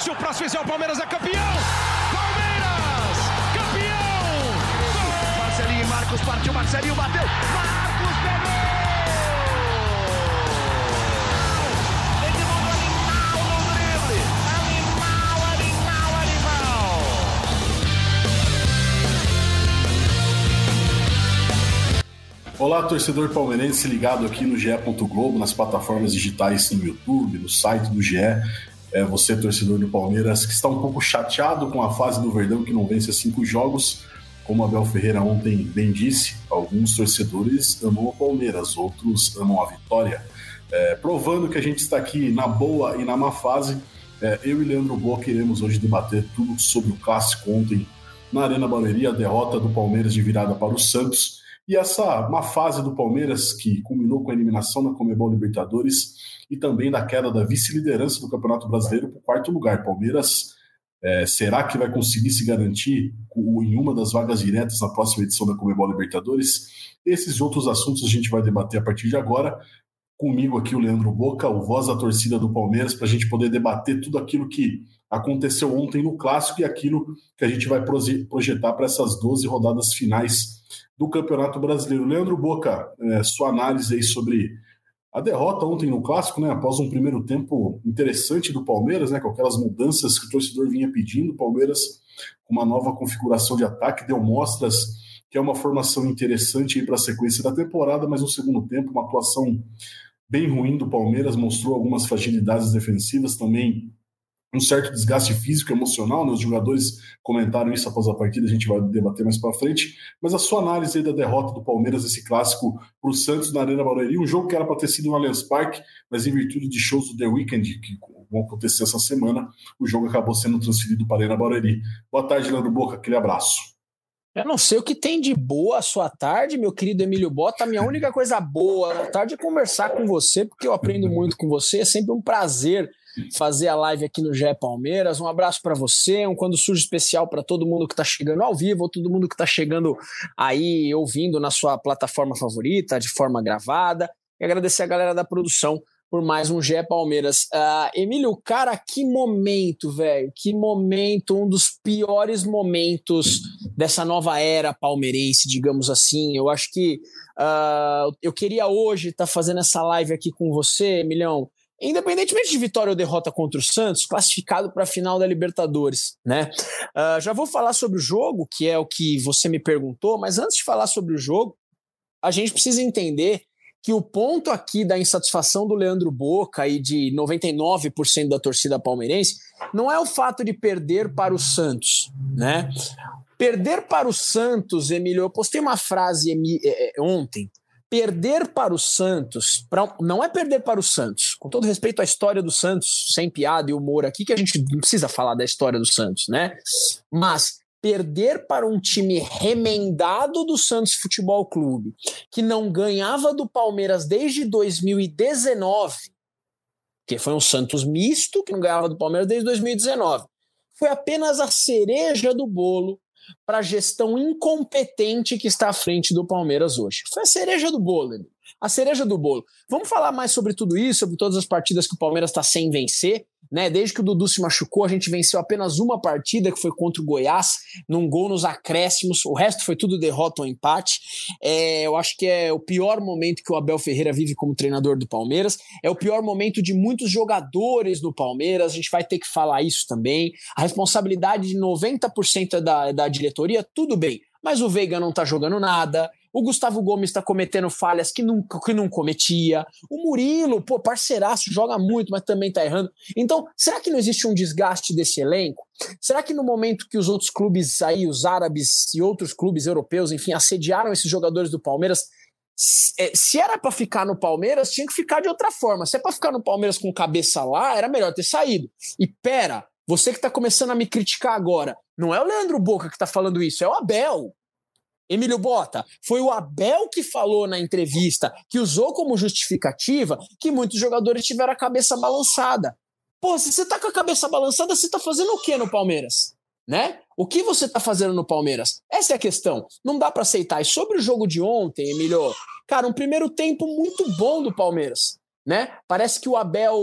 Se o próximo fizer, o Palmeiras é campeão! Palmeiras! Campeão! Gol! Marcelinho e Marcos partiu, Marcelinho bateu! Marcos pegou! Esse mundo animal no drible! Animal! Olá, torcedor palmeirense ligado aqui no GE. Globo, nas plataformas digitais no YouTube, no site do GE. Você, torcedor do Palmeiras, que está um pouco chateado com a fase do Verdão, que não vence 5 jogos. Como Abel Ferreira ontem bem disse, alguns torcedores amam o Palmeiras, outros amam a vitória. Provando que a gente está aqui na boa e na má fase, eu e Leandro Boca iremos hoje debater tudo sobre o clássico ontem na Arena Barueri, a derrota do Palmeiras de virada para o Santos, e essa má fase do Palmeiras que culminou com a eliminação na Conmebol Libertadores e também da queda da vice-liderança do Campeonato Brasileiro para o 4º lugar. Palmeiras, será que vai conseguir se garantir em uma das vagas diretas na próxima edição da Conmebol Libertadores? Esses e outros assuntos a gente vai debater a partir de agora. Comigo aqui o Leandro Boca, o voz da torcida do Palmeiras, para a gente poder debater tudo aquilo que aconteceu ontem no Clássico e aquilo que a gente vai projetar para essas 12 rodadas finais do Campeonato Brasileiro. Leandro Boca, sua análise aí sobre a derrota ontem no Clássico, né, após um primeiro tempo interessante do Palmeiras, né, com aquelas mudanças que o torcedor vinha pedindo. O Palmeiras, com uma nova configuração de ataque, deu mostras que é uma formação interessante para a sequência da temporada, mas no segundo tempo, uma atuação bem ruim do Palmeiras, mostrou algumas fragilidades defensivas, também um certo desgaste físico e emocional, né? Os jogadores comentaram isso após a partida, a gente vai debater mais para frente, mas a sua análise aí da derrota do Palmeiras, esse clássico para o Santos na Arena Barueri, um jogo que era para ter sido no Allianz Parque, mas em virtude de shows do The Weeknd, que vão acontecer essa semana, o jogo acabou sendo transferido para a Arena Barueri. Boa tarde, Leandro Boca, aquele abraço. Eu não sei o que tem de boa a sua tarde, meu querido Emílio Bota. A minha única coisa boa à tarde é conversar com você, porque eu aprendo muito com você, é sempre um prazer fazer a live aqui no GE Palmeiras. Um abraço para você, um quando surge especial para todo mundo que está chegando ao vivo, ou todo mundo que está chegando aí ouvindo na sua plataforma favorita, de forma gravada. E agradecer a galera da produção por mais um GE Palmeiras. Emílio, cara, que momento, velho, que momento, um dos piores momentos dessa nova era palmeirense, digamos assim. Eu acho que eu queria hoje estar fazendo essa live aqui com você, Emilhão, independentemente de vitória ou derrota contra o Santos, classificado para a final da Libertadores, né? Já vou falar sobre o jogo, que é o que você me perguntou, mas antes de falar sobre o jogo, a gente precisa entender que o ponto aqui da insatisfação do Leandro Boca e de 99% da torcida palmeirense não é o fato de perder para o Santos, né? Perder para o Santos, Emílio, eu postei uma frase ontem. Perder para o Santos, não é perder para o Santos, com todo respeito à história do Santos, sem piada e humor aqui, que a gente não precisa falar da história do Santos, né? Mas perder para um time remendado do Santos Futebol Clube, que não ganhava do Palmeiras desde 2019, que foi um Santos misto, que não ganhava do Palmeiras desde 2019, foi apenas a cereja do bolo para a gestão incompetente que está à frente do Palmeiras hoje. Foi a cereja do bolo, Emílio. A cereja do bolo. Vamos falar mais sobre tudo isso, sobre todas as partidas que o Palmeiras está sem vencer, né? Desde que o Dudu se machucou, a gente venceu apenas uma partida, que foi contra o Goiás, num gol nos acréscimos. O resto foi tudo derrota ou empate. Eu acho que é o pior momento que o Abel Ferreira vive como treinador do Palmeiras. É o pior momento de muitos jogadores do Palmeiras. A gente vai ter que falar isso também. A responsabilidade de 90% da diretoria, tudo bem. Mas o Veiga não tá jogando nada. O Gustavo Gomes está cometendo falhas que não cometia. O Murilo, parceiraço, joga muito, mas também tá errando. Então, será que não existe um desgaste desse elenco? Será que no momento que os outros clubes aí, os árabes e outros clubes europeus, enfim, assediaram esses jogadores do Palmeiras, se era para ficar no Palmeiras, tinha que ficar de outra forma. Se é para ficar no Palmeiras com cabeça lá, era melhor ter saído. E você que tá começando a me criticar agora, não é o Leandro Boca que tá falando isso, é o Abel. Emílio Bota, foi o Abel que falou na entrevista, que usou como justificativa que muitos jogadores tiveram a cabeça balançada. Se você tá com a cabeça balançada, você tá fazendo o quê no Palmeiras? Né? O que você tá fazendo no Palmeiras? Essa é a questão. Não dá para aceitar. E sobre o jogo de ontem, Emílio, cara, um primeiro tempo muito bom do Palmeiras. né? Parece que o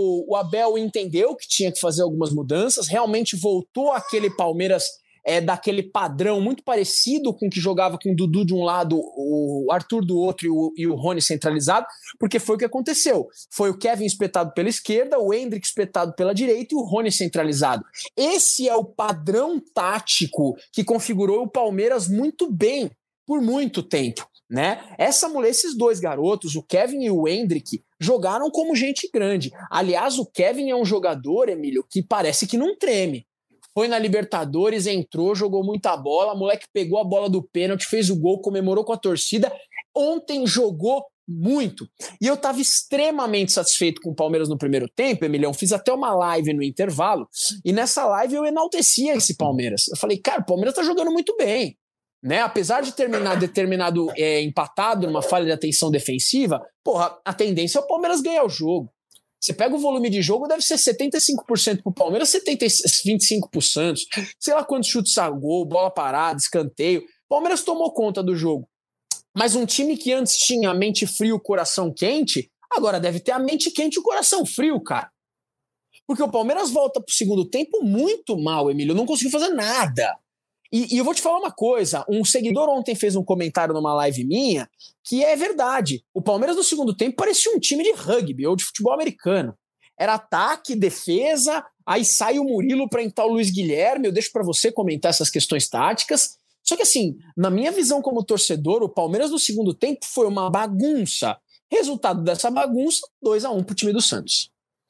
Abel entendeu que tinha que fazer algumas mudanças, realmente voltou aquele Palmeiras daquele padrão muito parecido com o que jogava com o Dudu de um lado, o Arthur do outro e o Rony centralizado, porque foi o que aconteceu. Foi o Kevin espetado pela esquerda, o Endrick espetado pela direita e o Rony centralizado. Esse é o padrão tático que configurou o Palmeiras muito bem por muito tempo, né? Esses dois garotos, o Kevin e o Endrick, jogaram como gente grande. Aliás, o Kevin é um jogador, Emílio, que parece que não treme. Foi na Libertadores, entrou, jogou muita bola, o moleque pegou a bola do pênalti, fez o gol, comemorou com a torcida. Ontem jogou muito. E eu estava extremamente satisfeito com o Palmeiras no primeiro tempo, Emilhão. Fiz até uma live no intervalo, e nessa live eu enaltecia esse Palmeiras. Eu falei, cara, o Palmeiras está jogando muito bem, né? Apesar de terminar determinado empatado numa falha de atenção defensiva, porra, a tendência é o Palmeiras ganhar o jogo. Você pega o volume de jogo, deve ser 75% pro Palmeiras, 25% pro Santos. Sei lá quantos chutes a gol, bola parada, escanteio. O Palmeiras tomou conta do jogo. Mas um time que antes tinha a mente fria e o coração quente, agora deve ter a mente quente e o coração frio, cara. Porque o Palmeiras volta pro segundo tempo muito mal, Emílio. Não conseguiu fazer nada. E eu vou te falar uma coisa, um seguidor ontem fez um comentário numa live minha que é verdade. O Palmeiras no segundo tempo parecia um time de rugby ou de futebol americano. Era ataque, defesa, aí sai o Murilo para entrar o Luiz Guilherme, eu deixo para você comentar essas questões táticas. Só que assim, na minha visão como torcedor, o Palmeiras no segundo tempo foi uma bagunça. Resultado dessa bagunça, 2-1 pro time do Santos.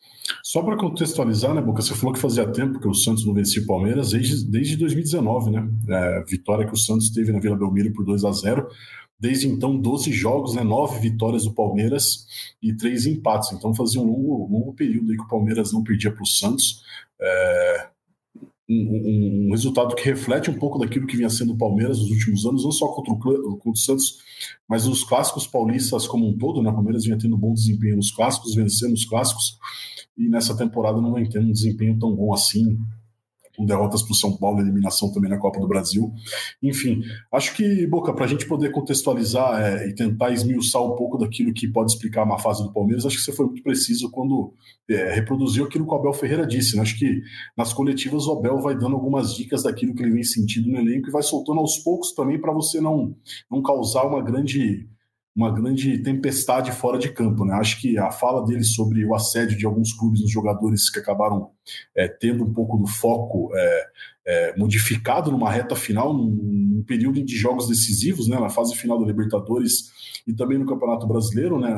Só para contextualizar, né, Boca, você falou que fazia tempo que o Santos não vencia o Palmeiras desde 2019, né? Vitória que o Santos teve na Vila Belmiro por 2-0. Desde então, 12 jogos, né, 9 vitórias do Palmeiras e 3 empates. Então fazia um longo período aí que o Palmeiras não perdia para o Santos. Um resultado que reflete um pouco daquilo que vinha sendo o Palmeiras nos últimos anos, não só contra o Santos, mas os clássicos paulistas como um todo, né? O Palmeiras vinha tendo bom desempenho nos clássicos, vencendo os clássicos, e nessa temporada não vem tendo um desempenho tão bom assim, com derrotas para o São Paulo, eliminação também na Copa do Brasil. Enfim, acho que, Boca, para a gente poder contextualizar e tentar esmiuçar um pouco daquilo que pode explicar a má fase do Palmeiras, acho que você foi muito preciso quando reproduziu aquilo que o Abel Ferreira disse, né? Acho que nas coletivas o Abel vai dando algumas dicas daquilo que ele vem sentindo no elenco e vai soltando aos poucos também para você não causar uma grande tempestade fora de campo, né? Acho que a fala dele sobre o assédio de alguns clubes nos jogadores que acabaram tendo um pouco do foco modificado numa reta final, num período de jogos decisivos, né? Na fase final da Libertadores e também no Campeonato Brasileiro, né?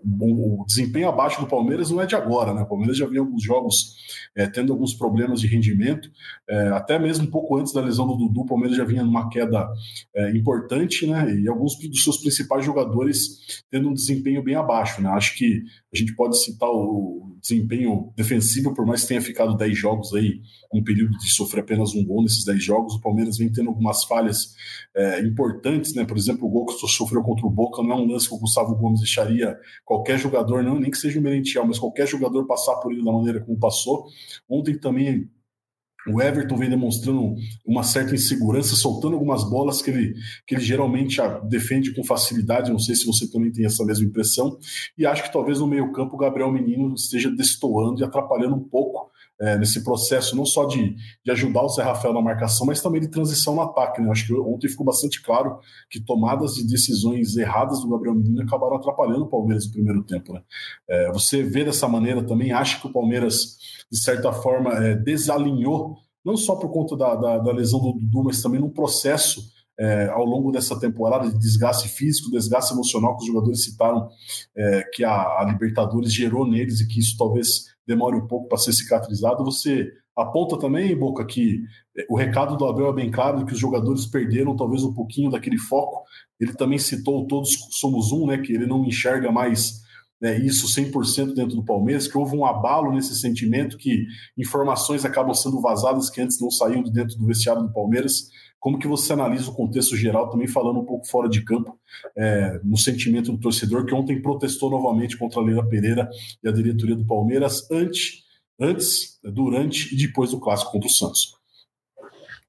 O desempenho abaixo do Palmeiras não é de agora, né? O Palmeiras já vinha alguns jogos tendo alguns problemas de rendimento, até mesmo um pouco antes da lesão do Dudu, o Palmeiras já vinha numa queda importante, né? E alguns dos seus principais jogadores tendo um desempenho bem abaixo, né? Acho que a gente pode citar o desempenho defensivo, por mais que tenha ficado 10 jogos aí, um período de sofrer apenas um gol nesses 10 jogos, o Palmeiras vem tendo algumas falhas importantes, né? Por exemplo, o gol que sofreu contra o Boca não é um lance que o Gustavo Gomes deixaria qualquer jogador, não, nem que seja o Merentiel, mas qualquer jogador passar por ele da maneira como passou. Ontem também o Everton vem demonstrando uma certa insegurança, soltando algumas bolas que ele geralmente defende com facilidade. Não sei se você também tem essa mesma impressão. E acho que talvez no meio-campo o Gabriel Menino esteja destoando e atrapalhando um pouco nesse processo, não só de ajudar o Zé Rafael na marcação, mas também de transição no ataque, né? Acho que ontem ficou bastante claro que tomadas de decisões erradas do Gabriel Menino acabaram atrapalhando o Palmeiras no primeiro tempo, né? Você vê dessa maneira também, acha que o Palmeiras, de certa forma, desalinhou, não só por conta da lesão do Dudu, mas também num processo ao longo dessa temporada de desgaste físico, desgaste emocional que os jogadores citaram, que a Libertadores gerou neles e que isso talvez demore um pouco para ser cicatrizado. Você aponta também, Boca, que o recado do Abel é bem claro, que os jogadores perderam talvez um pouquinho daquele foco. Ele também citou todos somos um, né, que ele não enxerga mais isso 100% dentro do Palmeiras, que houve um abalo nesse sentimento, que informações acabam sendo vazadas que antes não saíam de dentro do vestiário do Palmeiras. Como que você analisa o contexto geral, também falando um pouco fora de campo, no sentimento do torcedor, que ontem protestou novamente contra a Leila Pereira e a diretoria do Palmeiras antes, durante e depois do clássico contra o Santos?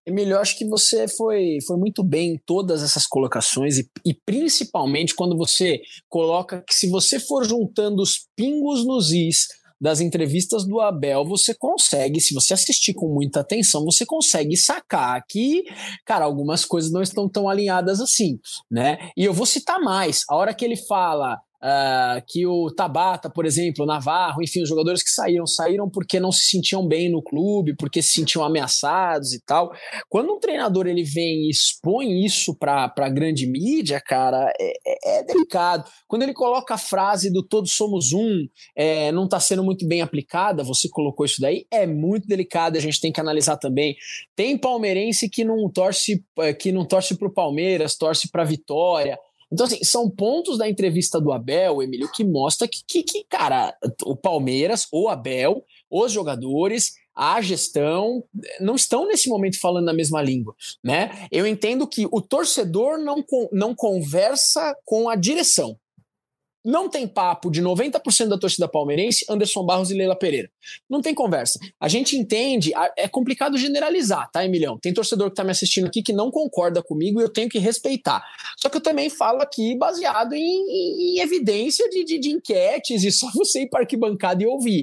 Emílio, eu acho que você foi muito bem em todas essas colocações e principalmente quando você coloca que se você for juntando os pingos nos is das entrevistas do Abel, você consegue, se você assistir com muita atenção, você consegue sacar que, cara, algumas coisas não estão tão alinhadas assim, né? E eu vou citar mais. A hora que ele fala que o Tabata, por exemplo, o Navarro, enfim, os jogadores que saíram porque não se sentiam bem no clube, porque se sentiam ameaçados e tal. Quando um treinador ele vem e expõe isso para a grande mídia, cara, é delicado. Quando ele coloca a frase do todos somos um, não está sendo muito bem aplicada, você colocou isso daí, é muito delicado, a gente tem que analisar também. Tem palmeirense que não torce pro Palmeiras, torce pra Vitória. Então, assim, são pontos da entrevista do Abel, Emílio, que mostra que, cara, o Palmeiras, o Abel, os jogadores, a gestão não estão nesse momento falando na mesma língua, né? Eu entendo que o torcedor não conversa com a direção. Não tem papo de 90% da torcida palmeirense, Anderson Barros e Leila Pereira. Não tem conversa. A gente entende, é complicado generalizar, tá, Emilhão? Tem torcedor que tá me assistindo aqui que não concorda comigo e eu tenho que respeitar. Só que eu também falo aqui baseado em evidência de enquetes e só você ir para arquibancada e ouvir.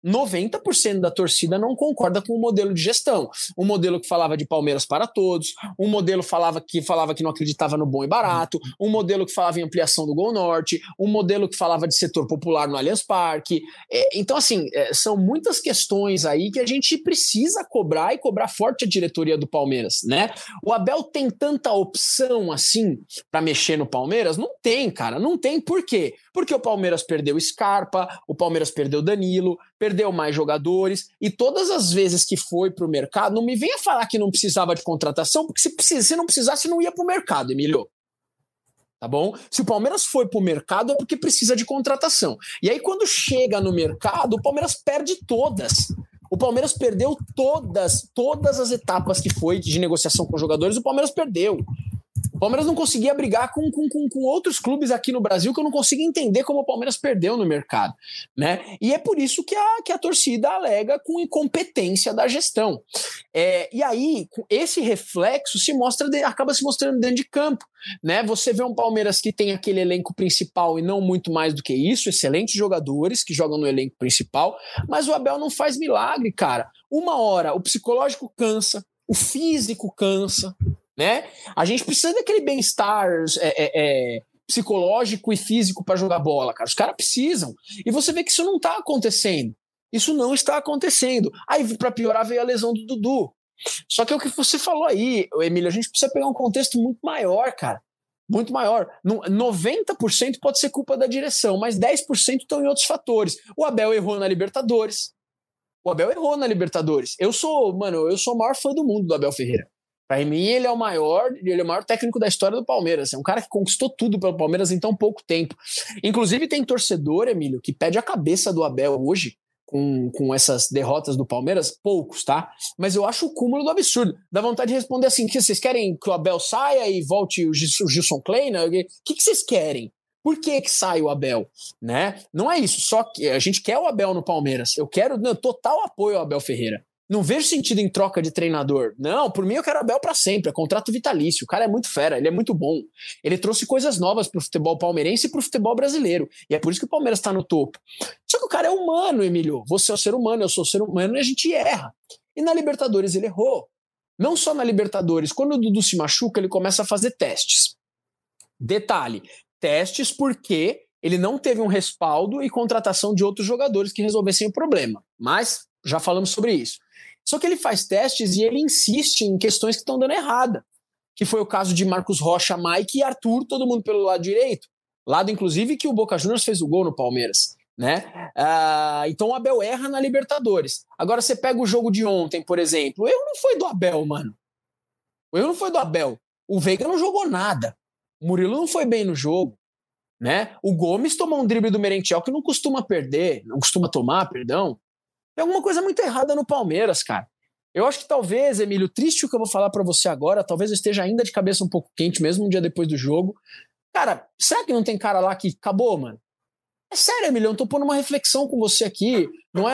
90% da torcida não concorda com o modelo de gestão. Um modelo que falava de Palmeiras para todos, um modelo que falava que não acreditava no bom e barato, um modelo que falava em ampliação do Gol Norte, um modelo que falava de setor popular no Allianz Parque. Então, assim, são muitas questões aí que a gente precisa cobrar e cobrar forte a diretoria do Palmeiras, né? O Abel tem tanta opção assim para mexer no Palmeiras? Não tem, cara, não tem. Por quê? Porque o Palmeiras perdeu Scarpa, o Palmeiras perdeu Danilo, perdeu mais jogadores, e todas as vezes que foi pro mercado, não me venha falar que não precisava de contratação, porque se não precisasse, não ia pro mercado, Emílio. Tá bom? Se o Palmeiras foi pro mercado, é porque precisa de contratação. E aí, quando chega no mercado, o Palmeiras perde todas. O Palmeiras perdeu todas as etapas que foi de negociação com jogadores, o Palmeiras perdeu. O Palmeiras não conseguia brigar com outros clubes aqui no Brasil, que eu não consigo entender como o Palmeiras perdeu no mercado, né? E é por isso que a torcida alega com incompetência da gestão. E aí, esse reflexo acaba se mostrando dentro de campo, né? Você vê um Palmeiras que tem aquele elenco principal e não muito mais do que isso, excelentes jogadores que jogam no elenco principal, mas o Abel não faz milagre, cara. Uma hora o psicológico cansa, o físico cansa, né? A gente precisa daquele bem-estar psicológico e físico para jogar bola, cara. Os caras precisam. E você vê que isso não tá acontecendo. Isso não está acontecendo. Aí, para piorar, veio a lesão do Dudu. Só que é o que você falou aí, Emílio, a gente precisa pegar um contexto muito maior, cara. Muito maior. 90% pode ser culpa da direção, mas 10% estão em outros fatores. O Abel errou na Libertadores. Eu sou o maior fã do mundo do Abel Ferreira. Para mim, ele é o maior técnico da história do Palmeiras. É um cara que conquistou tudo pelo Palmeiras em tão pouco tempo. Inclusive, tem torcedor, Emílio, que pede a cabeça do Abel hoje, com essas derrotas do Palmeiras. Poucos, tá? Mas eu acho o cúmulo do absurdo. Dá vontade de responder assim: que vocês querem que o Abel saia e volte o Gilson Kleina? O que vocês querem? Por que sai o Abel? Né? Não é isso. Só que a gente quer o Abel no Palmeiras. Eu quero total apoio ao Abel Ferreira. Não vejo sentido em troca de treinador. Não, por mim eu quero Abel para sempre, é contrato vitalício. O cara é muito fera, ele é muito bom. Ele trouxe coisas novas pro futebol palmeirense e pro futebol brasileiro. E é por isso que o Palmeiras tá no topo. Só que o cara é humano, Emílio. Você é um ser humano, eu sou um ser humano e a gente erra. E na Libertadores ele errou. Não só na Libertadores, quando o Dudu se machuca, ele começa a fazer testes. Detalhe, testes porque ele não teve um respaldo e contratação de outros jogadores que resolvessem o problema. Mas já falamos sobre isso. Só que ele faz testes e ele insiste em questões que estão dando errada. Que foi o caso de Marcos Rocha, Mike e Arthur, todo mundo pelo lado direito. Lado, inclusive, que o Boca Juniors fez o gol no Palmeiras, né? Então o Abel erra na Libertadores. Agora você pega o jogo de ontem, por exemplo. O erro não foi do Abel, mano. O erro não foi do Abel. O Veiga não jogou nada. O Murilo não foi bem no jogo, né? O Gomes tomou um drible do Merentiel que não costuma tomar, perdão. Tem alguma coisa muito errada no Palmeiras, cara. Eu acho que talvez, Emílio, triste o que eu vou falar pra você agora, talvez eu esteja ainda de cabeça um pouco quente, mesmo um dia depois do jogo. Cara, será que não tem cara lá que acabou, mano? É sério, Emilhão, eu tô pondo uma reflexão com você aqui. Não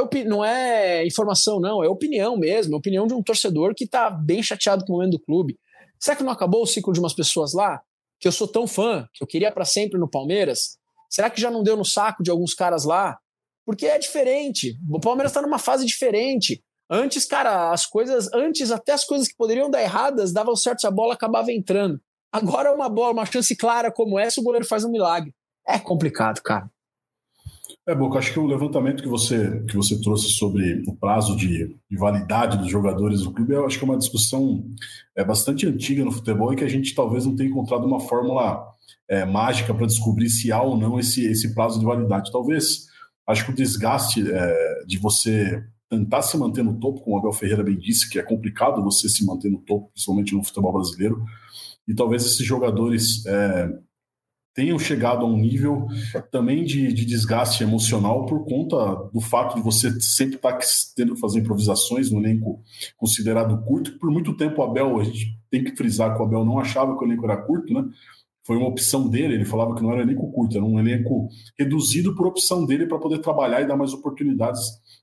é informação, não, é opinião mesmo. É opinião de um torcedor que tá bem chateado com o momento do clube. Será que não acabou o ciclo de umas pessoas lá? Que eu sou tão fã, que eu queria para sempre no Palmeiras? Será que já não deu no saco de alguns caras lá? Porque é diferente. O Palmeiras tá numa fase diferente. Antes, cara, até as coisas que poderiam dar erradas, davam certo se a bola acabava entrando. Agora uma chance clara como essa, o goleiro faz um milagre. É complicado, cara. Boca, acho que o levantamento que você trouxe sobre o prazo de validade dos jogadores do clube, eu acho que é uma discussão bastante antiga no futebol e que a gente talvez não tenha encontrado uma fórmula mágica para descobrir se há ou não esse prazo de validade. Talvez, acho que o desgaste de você tentar se manter no topo, como o Abel Ferreira bem disse, que é complicado você se manter no topo, principalmente no futebol brasileiro, e talvez esses jogadores tenham chegado a um nível também de desgaste emocional por conta do fato de você sempre estar tendo que fazer improvisações no elenco considerado curto. Por muito tempo o Abel, a gente tem que frisar que o Abel não achava que o elenco era curto, né? Foi uma opção dele, ele falava que não era um elenco curto, era um elenco reduzido por opção dele para poder trabalhar e dar mais oportunidades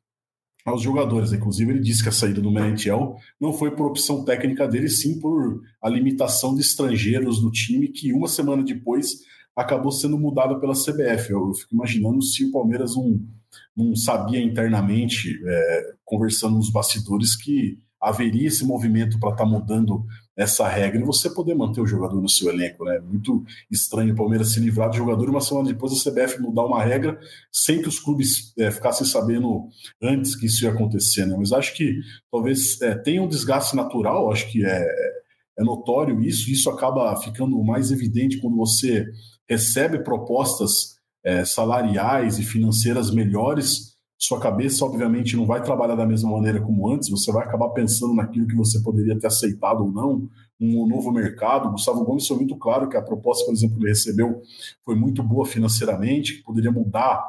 aos jogadores. Inclusive ele disse que a saída do Merentiel não foi por opção técnica dele, sim por a limitação de estrangeiros no time, que uma semana depois acabou sendo mudada pela CBF. Eu fico imaginando se o Palmeiras não sabia internamente, conversando nos bastidores, que haveria esse movimento para estar mudando essa regra e você poder manter o jogador no seu elenco, né? Muito estranho o Palmeiras se livrar do jogador e uma semana depois a CBF mudar uma regra sem que os clubes ficassem sabendo antes que isso ia acontecer, né? Mas acho que talvez tenha um desgaste natural, acho que é notório isso acaba ficando mais evidente quando você recebe propostas salariais e financeiras melhores. Sua cabeça, obviamente, não vai trabalhar da mesma maneira como antes, você vai acabar pensando naquilo que você poderia ter aceitado ou não, um novo mercado. O Gustavo Gomes foi muito claro que a proposta, por exemplo, que ele recebeu foi muito boa financeiramente, que poderia mudar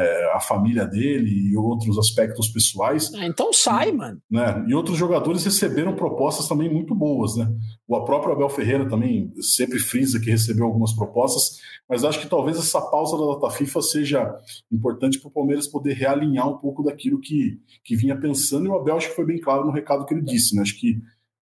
a família dele e outros aspectos pessoais. Então sai, mano. Né? E outros jogadores receberam propostas também muito boas, né? O próprio Abel Ferreira também sempre frisa que recebeu algumas propostas, mas acho que talvez essa pausa da data FIFA seja importante para o Palmeiras poder realinhar um pouco daquilo que vinha pensando, e o Abel acho que foi bem claro no recado que ele disse, né? Acho que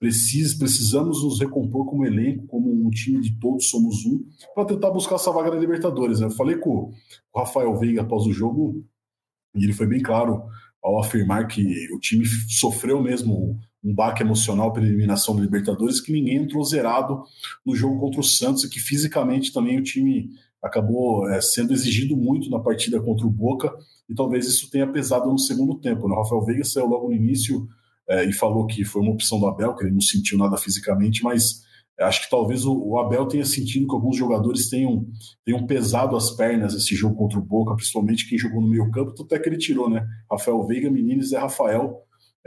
precisamos nos recompor como elenco, como um time de todos somos um, para tentar buscar essa vaga da Libertadores. Eu falei com o Rafael Veiga após o jogo, e ele foi bem claro ao afirmar que o time sofreu mesmo um baque emocional pela eliminação da Libertadores, que ninguém entrou zerado no jogo contra o Santos e que fisicamente também o time acabou sendo exigido muito na partida contra o Boca, e talvez isso tenha pesado no segundo tempo, né? O Rafael Veiga saiu logo no início e falou que foi uma opção do Abel, que ele não sentiu nada fisicamente, mas acho que talvez o Abel tenha sentido que alguns jogadores tenham pesado as pernas esse jogo contra o Boca, principalmente quem jogou no meio campo, até que ele tirou, né? Rafael Veiga, Menino e Zé Rafael,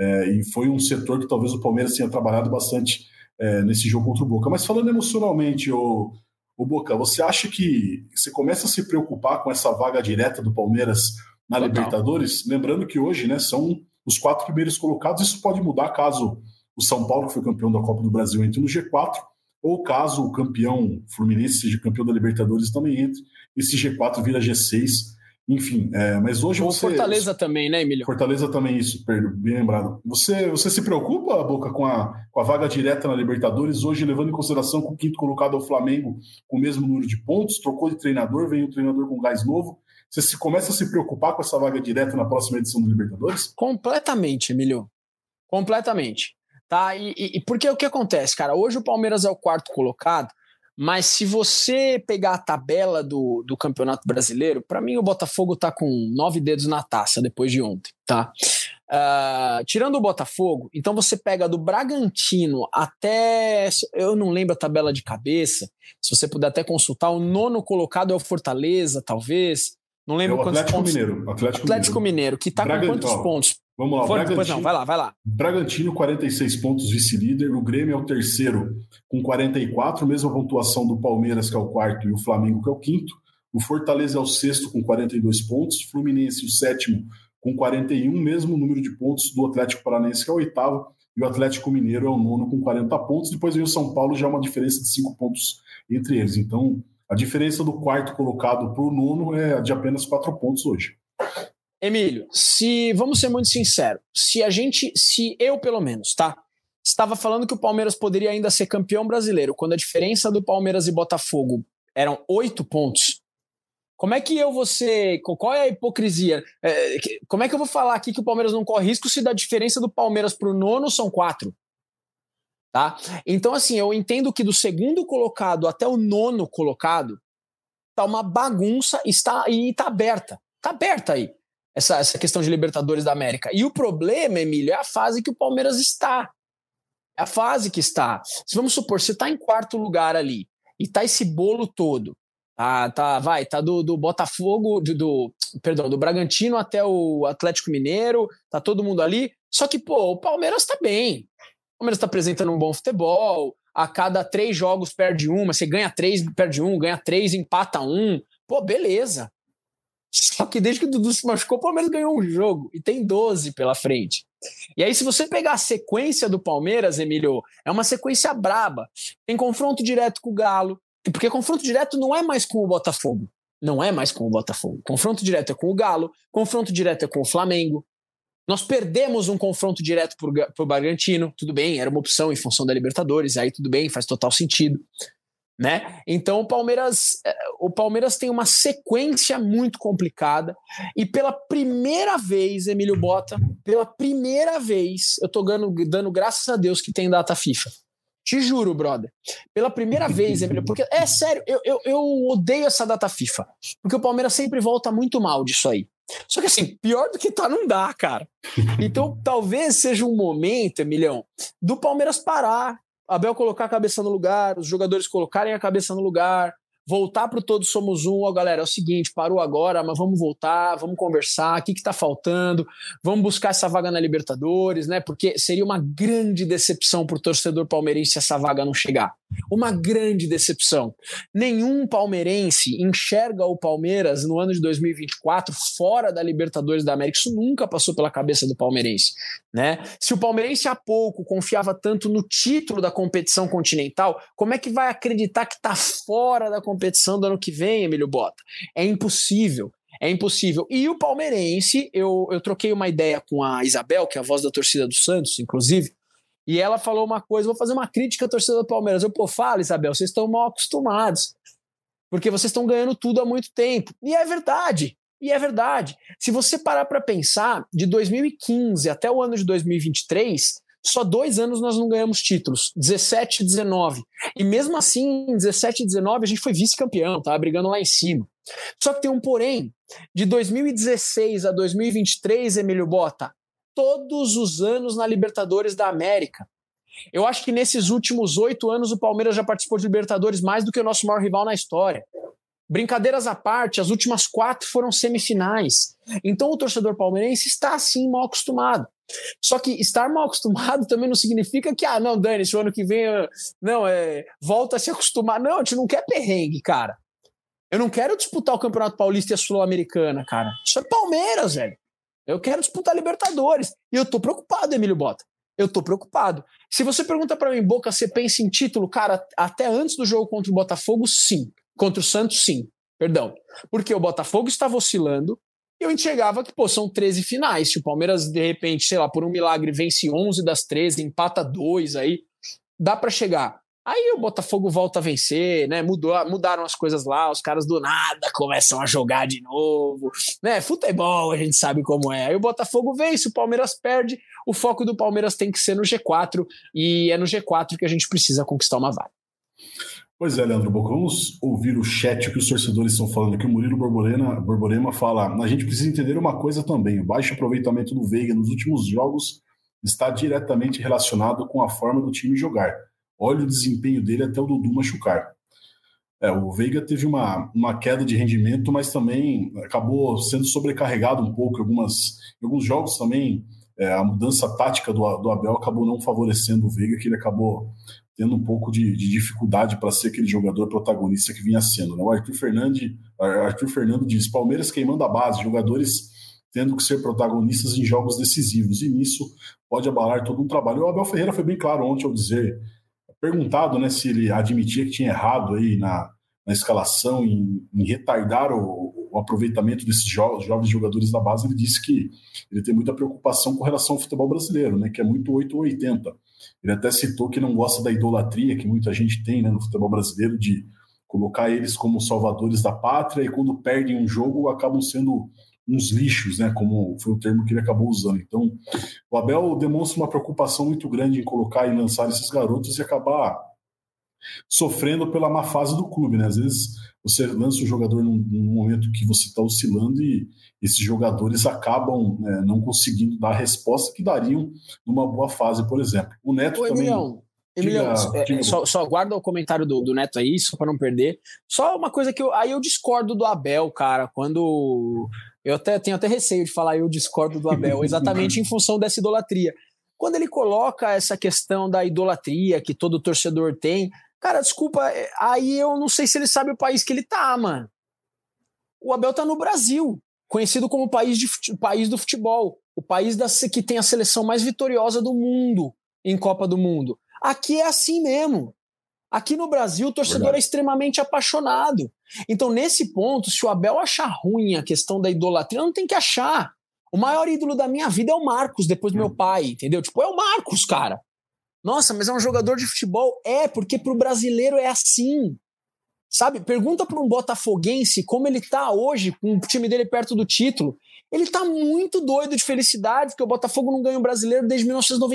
e foi um setor que talvez o Palmeiras tenha trabalhado bastante nesse jogo contra o Boca. Mas falando emocionalmente, o Boca, você acha que você começa a se preocupar com essa vaga direta do Palmeiras na Libertadores? Lembrando que hoje, né, são os 4 primeiros colocados. Isso pode mudar caso o São Paulo, que foi campeão da Copa do Brasil, entre no G4, ou caso o campeão Fluminense seja campeão da Libertadores, também entre. Esse G4 vira G6. Enfim, mas hoje ou Fortaleza também, né, Emílio? Fortaleza também, isso, bem lembrado. Você se preocupa, Boca, com a vaga direta na Libertadores, hoje levando em consideração que o 5º colocado é o Flamengo, com o mesmo número de pontos, trocou de treinador, vem um treinador com gás novo. Você começa a se preocupar com essa vaga direta na próxima edição do Libertadores? Completamente, Emílio. Completamente. Tá? E porque o que acontece, cara? Hoje o Palmeiras é o 4º colocado, mas se você pegar a tabela do Campeonato Brasileiro, para mim o Botafogo tá com 9 dedos na taça depois de ontem, tá? Tirando o Botafogo, então você pega do Bragantino até, eu não lembro a tabela de cabeça, se você puder até consultar, o 9º colocado é o Fortaleza, talvez, não lembro quantos pontos. Atlético Mineiro, que tá com quantos pontos? Vamos lá, vai lá. Bragantino, 46 pontos, vice-líder. O Grêmio é o 3º com 44, mesma pontuação do Palmeiras, que é o 4º, e o Flamengo, que é o 5º. O Fortaleza é o 6º com 42 pontos. Fluminense, o 7º com 41, mesmo número de pontos do Atlético Paranaense, que é o 8º. E o Atlético Mineiro é o 9º com 40 pontos. Depois vem o São Paulo, já uma diferença de 5 pontos entre eles. Então, A diferença do quarto colocado para o nono é de apenas 4 pontos hoje. Emílio, vamos ser muito sinceros, se eu pelo menos, tá? Estava falando que o Palmeiras poderia ainda ser campeão brasileiro, quando a diferença do Palmeiras e Botafogo eram 8 pontos. Como é que eu vou ser... Qual é a hipocrisia? Como é que eu vou falar aqui que o Palmeiras não corre risco se da diferença do Palmeiras para o nono são 4? Tá? Então, assim, eu entendo que do segundo colocado até o nono colocado tá uma bagunça e tá aberta. Tá aberta aí essa questão de Libertadores da América. E o problema, Emílio, é a fase que o Palmeiras está. É a fase que está. Se vamos supor, você tá em quarto lugar ali e tá esse bolo todo. Tá do Botafogo, do Bragantino até o Atlético Mineiro, tá todo mundo ali. Só que, o Palmeiras tá bem. O Palmeiras tá apresentando um bom futebol. A cada 3 jogos perde uma. Você ganha 3, perde 1, ganha 3, empata 1. Beleza. Só que desde que o Dudu se machucou, o Palmeiras ganhou um jogo e tem 12 pela frente. E aí, se você pegar a sequência do Palmeiras, Emílio, é uma sequência braba. Tem confronto direto com o Galo, porque confronto direto não é mais com o Botafogo. Não é mais com o Botafogo. Confronto direto é com o Galo, confronto direto é com o Flamengo. Nós perdemos um confronto direto pro Bragantino, tudo bem, era uma opção em função da Libertadores, aí tudo bem, faz total sentido. Né? Então o Palmeiras tem uma sequência muito complicada e pela primeira vez, Emílio Bota, pela primeira vez, eu tô dando graças a Deus que tem data FIFA. Te juro, brother. Pela primeira vez, Emílio, porque é sério, eu odeio essa data FIFA, porque o Palmeiras sempre volta muito mal disso aí. Só que assim, pior do que tá não dá, cara. Então talvez seja um momento, Emilhão, do Palmeiras parar, Abel colocar a cabeça no lugar, os jogadores colocarem a cabeça no lugar, voltar pro Todos Somos Um. Galera, é o seguinte, parou agora, mas vamos voltar, vamos conversar, o que tá faltando, vamos buscar essa vaga na Libertadores, né? Porque seria uma grande decepção pro torcedor palmeirense essa vaga não chegar. Uma grande decepção. Nenhum palmeirense enxerga o Palmeiras no ano de 2024 fora da Libertadores da América. Isso nunca passou pela cabeça do palmeirense, né? Se o palmeirense há pouco confiava tanto no título da competição continental, como é que vai acreditar que tá fora da competição do ano que vem, Emílio Bota? É impossível. É impossível. E o palmeirense, eu troquei uma ideia com a Isabel, que é a voz da torcida do Santos, inclusive, e ela falou uma coisa, vou fazer uma crítica à torcida do Palmeiras. Fala, Isabel, vocês estão mal acostumados, porque vocês estão ganhando tudo há muito tempo. E é verdade. Se você parar para pensar, de 2015 até o ano de 2023, só 2 anos nós não ganhamos títulos, 17 e 19. E mesmo assim, em 17 e 19, a gente foi vice-campeão, tava brigando lá em cima. Só que tem um porém, de 2016 a 2023, Emílio Bota, todos os anos na Libertadores da América. Eu acho que nesses últimos 8 anos o Palmeiras já participou de Libertadores mais do que o nosso maior rival na história. Brincadeiras à parte, as últimas 4 foram semifinais. Então o torcedor palmeirense está assim mal acostumado. Só que estar mal acostumado também não significa que, não, dane-se, o ano que vem, volta a se acostumar. Não, a gente não quer perrengue, cara. Eu não quero disputar o Campeonato Paulista e a Sul-Americana, cara. Isso é Palmeiras, velho. Eu quero disputar Libertadores. E eu tô preocupado, Emílio Bota. Eu tô preocupado. Se você pergunta pra mim, Boca, você pensa em título? Cara, até antes do jogo contra o Botafogo, sim. Contra o Santos, sim. Perdão. Porque o Botafogo estava oscilando e eu enxergava que, são 13 finais. Se o Palmeiras, de repente, sei lá, por um milagre, vence 11 das 13, empata 2 aí, dá pra chegar. Aí o Botafogo volta a vencer, né? Mudaram as coisas lá, os caras do nada começam a jogar de novo, né? Futebol, a gente sabe como é. Aí o Botafogo vence, o Palmeiras perde, o foco do Palmeiras tem que ser no G4 e é no G4 que a gente precisa conquistar uma vaga. Pois é, Leandro Boca, vamos ouvir o chat que os torcedores estão falando aqui. O Murilo Borborema fala: a gente precisa entender uma coisa também, o baixo aproveitamento do Veiga nos últimos jogos está diretamente relacionado com a forma do time jogar. Olha o desempenho dele até o Dudu machucar. O Veiga teve uma queda de rendimento, mas também acabou sendo sobrecarregado um pouco. Em alguns jogos também, a mudança tática do Abel acabou não favorecendo o Veiga, que ele acabou tendo um pouco de dificuldade para ser aquele jogador protagonista que vinha sendo. Né? O Arthur Fernando diz: Palmeiras queimando a base, jogadores tendo que ser protagonistas em jogos decisivos, e nisso pode abalar todo um trabalho. O Abel Ferreira foi bem claro ontem ao dizer, perguntado, né, se ele admitia que tinha errado aí na escalação, em retardar o aproveitamento desses jovens jogadores da base, ele disse que ele tem muita preocupação com relação ao futebol brasileiro, né, que é muito 8 ou 80. Ele até citou que não gosta da idolatria que muita gente tem, né, no futebol brasileiro, de colocar eles como salvadores da pátria, e quando perdem um jogo acabam sendo uns lixos, né, como foi o termo que ele acabou usando. Então, o Abel demonstra uma preocupação muito grande em colocar e lançar esses garotos e acabar sofrendo pela má fase do clube, né? Às vezes você lança o jogador num momento que você está oscilando e esses jogadores acabam, né, não conseguindo dar a resposta que dariam numa boa fase, por exemplo. O Neto também... Emilhão, só guarda o comentário do Neto aí, só para não perder. Só uma coisa que eu discordo do Abel, cara, quando... Eu tenho até receio de falar eu discordo do Abel, exatamente em função dessa idolatria. Quando ele coloca essa questão da idolatria que todo torcedor tem, cara, desculpa, aí eu não sei se ele sabe o país que ele tá, mano. O Abel tá no Brasil, conhecido como país do futebol, o país que tem a seleção mais vitoriosa do mundo em Copa do Mundo. Aqui é assim mesmo. Aqui no Brasil o torcedor é extremamente apaixonado. Então, nesse ponto, se o Abel achar ruim a questão da idolatria, não tem que achar. O maior ídolo da minha vida é o Marcos, depois do meu pai, entendeu? Tipo, é o Marcos, cara. Nossa, mas é um jogador de futebol? É, porque pro brasileiro é assim. Sabe? Pergunta para um botafoguense como ele tá hoje, com o time dele perto do título. Ele tá muito doido de felicidade, porque o Botafogo não ganha o brasileiro desde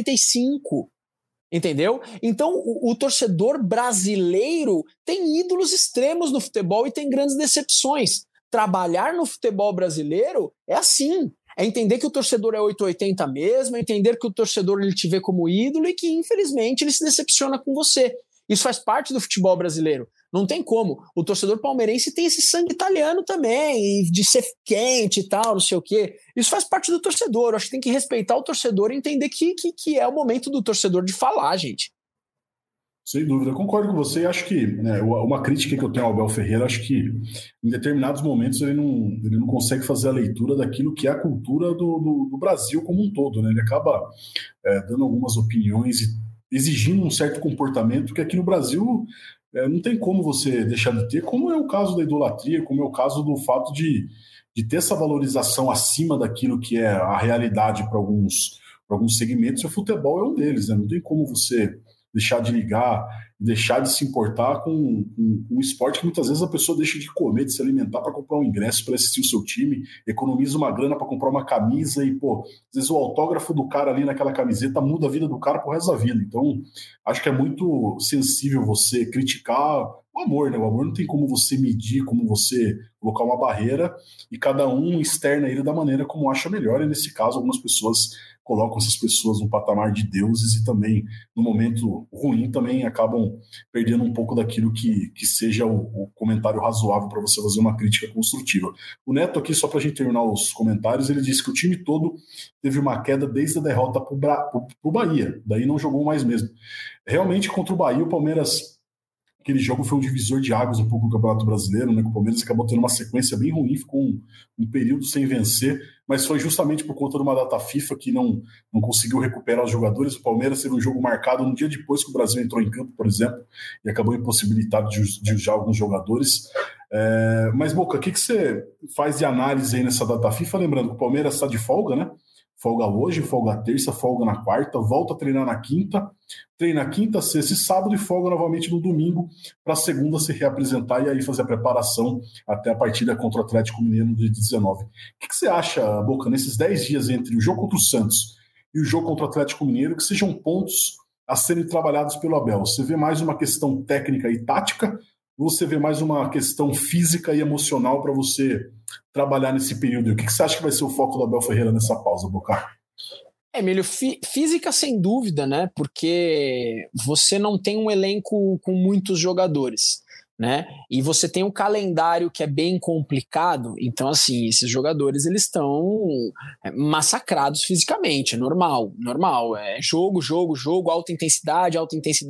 1995. Entendeu? Então, o torcedor brasileiro tem ídolos extremos no futebol e tem grandes decepções. Trabalhar no futebol brasileiro é assim. É entender que o torcedor é 880 mesmo, é entender que o torcedor ele te vê como ídolo e que, infelizmente, ele se decepciona com você. Isso faz parte do futebol brasileiro. Não tem como. O torcedor palmeirense tem esse sangue italiano também, de ser quente e tal, não sei o quê. Isso faz parte do torcedor. Eu acho que tem que respeitar o torcedor e entender que é o momento do torcedor de falar, gente. Sem dúvida, concordo com você. Acho que, né, uma crítica que eu tenho ao Abel Ferreira, acho que em determinados momentos ele não consegue fazer a leitura daquilo que é a cultura do Brasil como um todo, né? Ele acaba dando algumas opiniões e exigindo um certo comportamento que aqui no Brasil não tem como você deixar de ter, como é o caso da idolatria, como é o caso do fato de ter essa valorização acima daquilo que é a realidade para alguns segmentos, e o futebol é um deles, né? Não tem como você deixar de ligar, deixar de se importar com um esporte que muitas vezes a pessoa deixa de comer, de se alimentar para comprar um ingresso para assistir o seu time, economiza uma grana para comprar uma camisa e, pô, às vezes o autógrafo do cara ali naquela camiseta muda a vida do cara pro resto da vida. Então, acho que é muito sensível você criticar o amor, né? O amor não tem como você medir, como você colocar uma barreira, e cada um externa ele da maneira como acha melhor, e nesse caso algumas pessoas colocam essas pessoas no patamar de deuses e também, no momento ruim, também acabam perdendo um pouco daquilo que seja o comentário razoável para você fazer uma crítica construtiva. O Neto aqui, só para a gente terminar os comentários, ele disse que o time todo teve uma queda desde a derrota para o Bahia, daí não jogou mais mesmo. Realmente, contra o Bahia, o Palmeiras... Aquele jogo foi um divisor de águas um pouco no Campeonato Brasileiro, né? O Palmeiras acabou tendo uma sequência bem ruim, ficou um período sem vencer, mas foi justamente por conta de uma data FIFA que não conseguiu recuperar os jogadores. O Palmeiras teve um jogo marcado no dia depois que o Brasil entrou em campo, por exemplo, e acabou impossibilitado de usar alguns jogadores. Mas, Boca, o que você faz de análise aí nessa data FIFA? Lembrando que o Palmeiras está de folga, né? Folga hoje, folga terça, folga na quarta, volta a treinar na quinta, treina quinta, sexta e sábado e folga novamente no domingo para a segunda se reapresentar e aí fazer a preparação até a partida contra o Atlético Mineiro no dia 19. O que você acha, Boca, nesses 10 dias entre o jogo contra o Santos e o jogo contra o Atlético Mineiro, que sejam pontos a serem trabalhados pelo Abel? Você vê mais uma questão técnica e tática, ou você vê mais uma questão física e emocional para você trabalhar nesse período? O que você acha que vai ser o foco do Abel Ferreira nessa pausa, Boca? Emílio, física sem dúvida, né? Porque você não tem um elenco com muitos jogadores, né? E você tem um calendário que é bem complicado, então assim, esses jogadores eles estão massacrados fisicamente, é normal, é jogo, alta intensidade,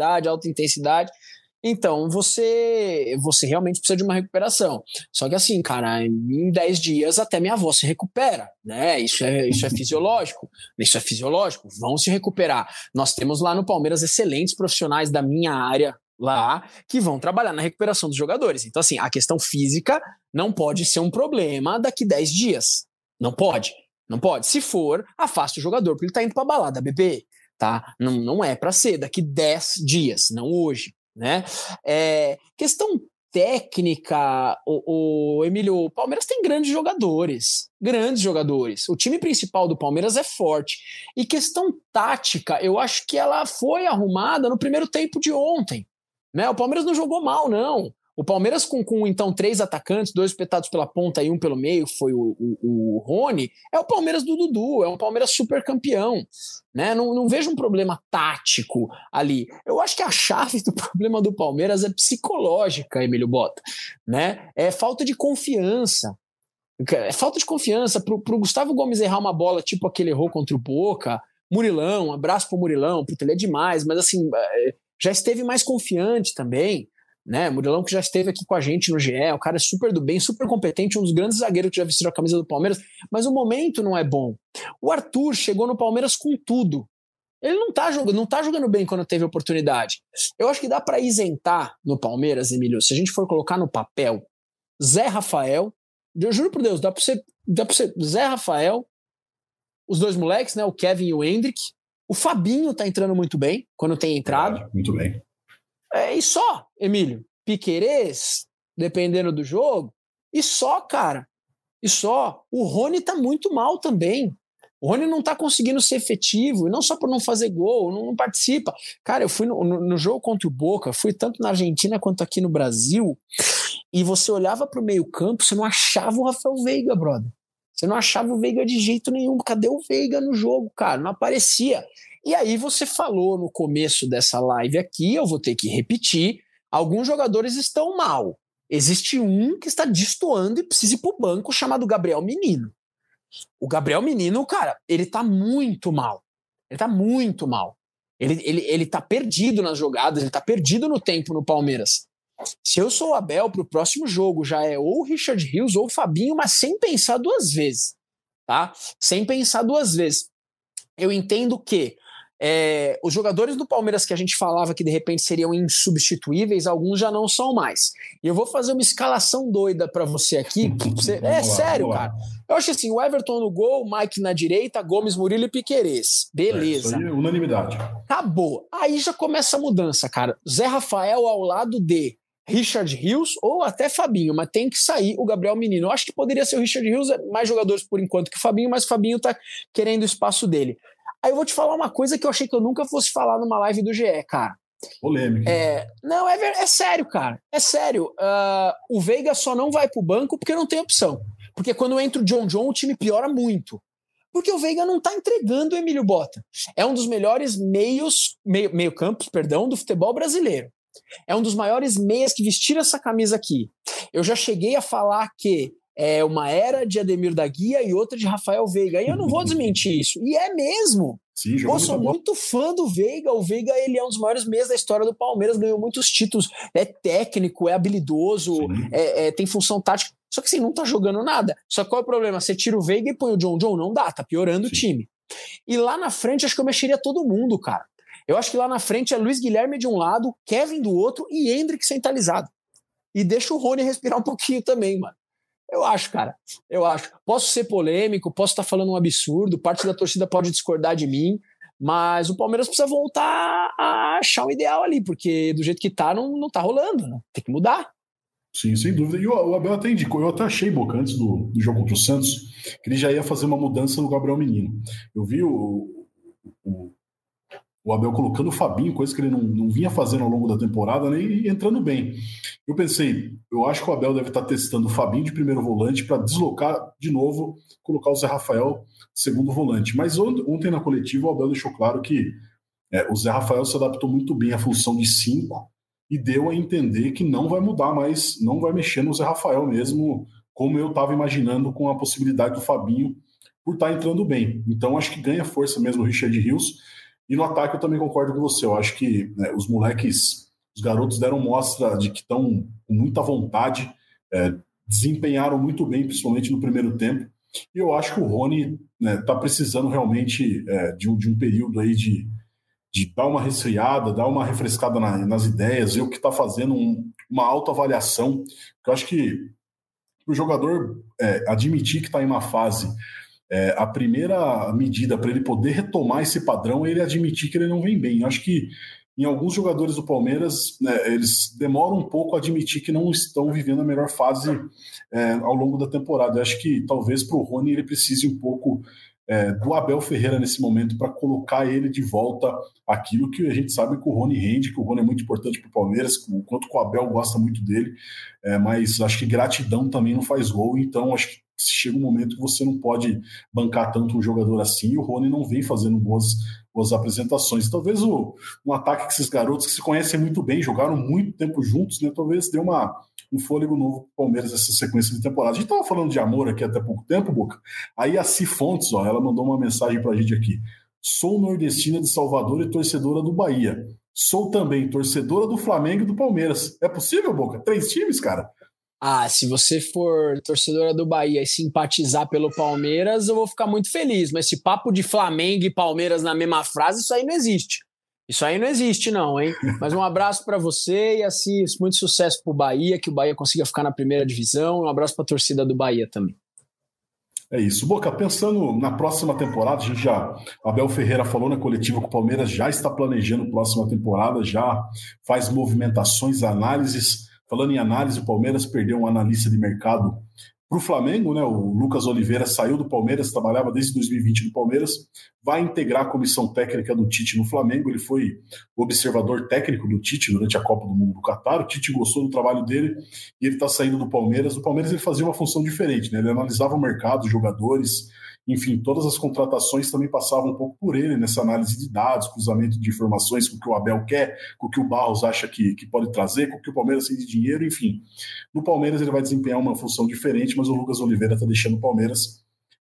então você realmente precisa de uma recuperação. Só que assim, cara, em 10 dias até minha avó se recupera, né? Isso é fisiológico, vão se recuperar. Nós temos lá no Palmeiras excelentes profissionais da minha área, lá que vão trabalhar na recuperação dos jogadores. Então, assim, a questão física não pode ser um problema daqui 10 dias. Não pode. Não pode. Se for, afasta o jogador, porque ele tá indo pra balada, bebê. Tá? Não é para ser daqui 10 dias, não hoje, né? Questão técnica, o Emílio, o Palmeiras tem grandes jogadores. O time principal do Palmeiras é forte. E questão tática, eu acho que ela foi arrumada no primeiro tempo de ontem, né? O Palmeiras não jogou mal, não. O Palmeiras com então 3 atacantes, 2 espetados pela ponta e 1 pelo meio, foi o Rony, é o Palmeiras do Dudu, é um Palmeiras super campeão, né? Não vejo um problema tático ali. Eu acho que a chave do problema do Palmeiras é psicológica, Emílio Bota, né? É falta de confiança. É falta de confiança pro Gustavo Gomes errar uma bola tipo aquele errou contra o Boca. Murilão, um abraço pro Murilão, puta, ele é demais, mas assim, já esteve mais confiante também, né? Murilão que já esteve aqui com a gente no GE, o cara é super do bem, super competente, um dos grandes zagueiros que já vestiu a camisa do Palmeiras, mas o momento não é bom. O Arthur chegou no Palmeiras com tudo. Ele não tá jogando bem quando teve oportunidade. Eu acho que dá para isentar no Palmeiras, Emílio, se a gente for colocar no papel Zé Rafael, eu juro por Deus, dá pra ser Zé Rafael, os 2 moleques, né, o Kevin e o Hendrick, o Fabinho tá entrando muito bem quando tem entrado. Muito bem. E só, Emílio, Piquerez, dependendo do jogo, e só, cara, e só. O Rony tá muito mal também. O Rony não tá conseguindo ser efetivo, e não só por não fazer gol, não participa. Cara, eu fui no jogo contra o Boca, fui tanto na Argentina quanto aqui no Brasil, e você olhava pro meio campo, você não achava o Rafael Veiga, brother. Você não achava o Veiga de jeito nenhum. Cadê o Veiga no jogo, cara? Não aparecia. E aí você falou no começo dessa live aqui, eu vou ter que repetir, alguns jogadores estão mal. Existe um que está destoando e precisa ir pro banco, chamado Gabriel Menino. O Gabriel Menino, cara, ele tá muito mal. Ele tá muito mal. Ele tá perdido nas jogadas, ele tá perdido no tempo no Palmeiras. Se eu sou o Abel, pro próximo jogo já é ou o Richard Rios ou o Fabinho, mas sem pensar 2 vezes, tá? Sem pensar 2 vezes. Eu entendo que os jogadores do Palmeiras que a gente falava que de repente seriam insubstituíveis, alguns já não são mais. E eu vou fazer uma escalação doida pra você aqui. Sério, cara. Eu acho assim, o Everton no gol, o Mike na direita, Gomes, Murilo e Piquerez. Beleza. Isso aí é unanimidade. Acabou. Aí já começa a mudança, cara. Zé Rafael ao lado de Richard Rios ou até Fabinho, mas tem que sair o Gabriel Menino. Eu acho que poderia ser o Richard Rios, mais jogadores por enquanto que o Fabinho, mas o Fabinho tá querendo o espaço dele. Aí eu vou te falar uma coisa que eu achei que eu nunca fosse falar numa live do GE, cara. Polêmica. Não, é sério, cara. É sério. O Veiga só não vai pro banco porque não tem opção. Porque quando entra o John, o time piora muito. Porque o Veiga não tá entregando o Emílio Bota. É um dos melhores meio-campos, do futebol brasileiro. É um dos maiores meias que vestiram essa camisa aqui. Eu já cheguei a falar que é uma era de Ademir da Guia e outra de Rafael Veiga. E eu não vou desmentir isso. E é mesmo. Sim, eu sou muito fã do Veiga. O Veiga, ele é um dos maiores meias da história do Palmeiras, ganhou muitos títulos. É técnico, é habilidoso, tem função tática. Só que assim, não tá jogando nada. Só que qual é o problema? Você tira o Veiga e põe o John. Não dá, tá piorando o time. E lá na frente, acho que eu mexeria todo mundo, cara. Eu acho que lá na frente é Luiz Guilherme de um lado, Kevin do outro e Hendrick centralizado. E deixa o Rony respirar um pouquinho também, mano. Eu acho, cara. Eu acho. Posso ser polêmico, posso estar falando um absurdo, parte da torcida pode discordar de mim, mas o Palmeiras precisa voltar a achar um ideal ali, porque do jeito que tá, não tá rolando, né? Tem que mudar. Sim, sem dúvida. E o Abel até indicou, eu até achei, Boca, antes do jogo contra o Santos, que ele já ia fazer uma mudança no Gabriel Menino. Eu vi o Abel colocando o Fabinho, coisa que ele não vinha fazendo ao longo da temporada, né, e entrando bem. Eu pensei, eu acho que o Abel deve estar testando o Fabinho de primeiro volante para deslocar de novo, colocar o Zé Rafael segundo volante. Mas ontem na coletiva o Abel deixou claro que o Zé Rafael se adaptou muito bem à função de 5 e deu a entender que não vai mudar mais, não vai mexer no Zé Rafael mesmo, como eu estava imaginando com a possibilidade do Fabinho por estar entrando bem. Então acho que ganha força mesmo o Richard Rios. E no ataque eu também concordo com você. Eu acho que os moleques, os garotos deram mostra de que estão com muita vontade, desempenharam muito bem, principalmente no primeiro tempo. E eu acho que o Rony está precisando realmente de um período aí de de dar uma resfriada, dar uma refrescada nas ideias, e o que está fazendo uma autoavaliação, que eu acho que o jogador admitir que está em uma fase, a primeira medida para ele poder retomar esse padrão é ele admitir que ele não vem bem. Eu acho que em alguns jogadores do Palmeiras, né, eles demoram um pouco a admitir que não estão vivendo a melhor fase ao longo da temporada. Eu acho que talvez para o Rony ele precise um pouco do Abel Ferreira nesse momento para colocar ele de volta aquilo que a gente sabe que o Rony rende, que o Rony é muito importante para o Palmeiras, o quanto que o Abel gosta muito dele, mas acho que gratidão também não faz gol, então acho que chega um momento que você não pode bancar tanto um jogador assim, e o Rony não vem fazendo boas apresentações. Talvez um ataque que esses garotos que se conhecem muito bem, jogaram muito tempo juntos, né, talvez dê um fôlego novo para o Palmeiras essa sequência de temporada. A gente estava falando de amor aqui até pouco tempo, Boca. Aí a Ci Fontes, ela mandou uma mensagem para a gente aqui. Sou nordestina de Salvador e torcedora do Bahia. Sou também torcedora do Flamengo e do Palmeiras. É possível, Boca? 3 times, cara? Se você for torcedora do Bahia e simpatizar pelo Palmeiras, eu vou ficar muito feliz. Mas esse papo de Flamengo e Palmeiras na mesma frase, isso aí não existe. Isso aí não existe, não, hein? Mas um abraço para você e assim, muito sucesso pro Bahia, que o Bahia consiga ficar na primeira divisão. Um abraço para a torcida do Bahia também. É isso. Boca, pensando na próxima temporada, Abel Ferreira falou na coletiva que o Palmeiras já está planejando a próxima temporada, já faz movimentações, análises. Falando em análise, o Palmeiras perdeu um analista de mercado para o Flamengo, né? O Lucas Oliveira saiu do Palmeiras, trabalhava desde 2020 no Palmeiras, vai integrar a comissão técnica do Tite no Flamengo. Ele foi observador técnico do Tite durante a Copa do Mundo do Catar. O Tite gostou do trabalho dele e ele está saindo do Palmeiras. O Palmeiras ele fazia uma função diferente, né? Ele analisava o mercado, os jogadores, enfim, todas as contratações também passavam um pouco por ele nessa análise de dados, cruzamento de informações com o que o Abel quer, com o que o Barros acha que pode trazer, com o que o Palmeiras tem de dinheiro, enfim. No Palmeiras ele vai desempenhar uma função diferente, mas o Lucas Oliveira está deixando o Palmeiras.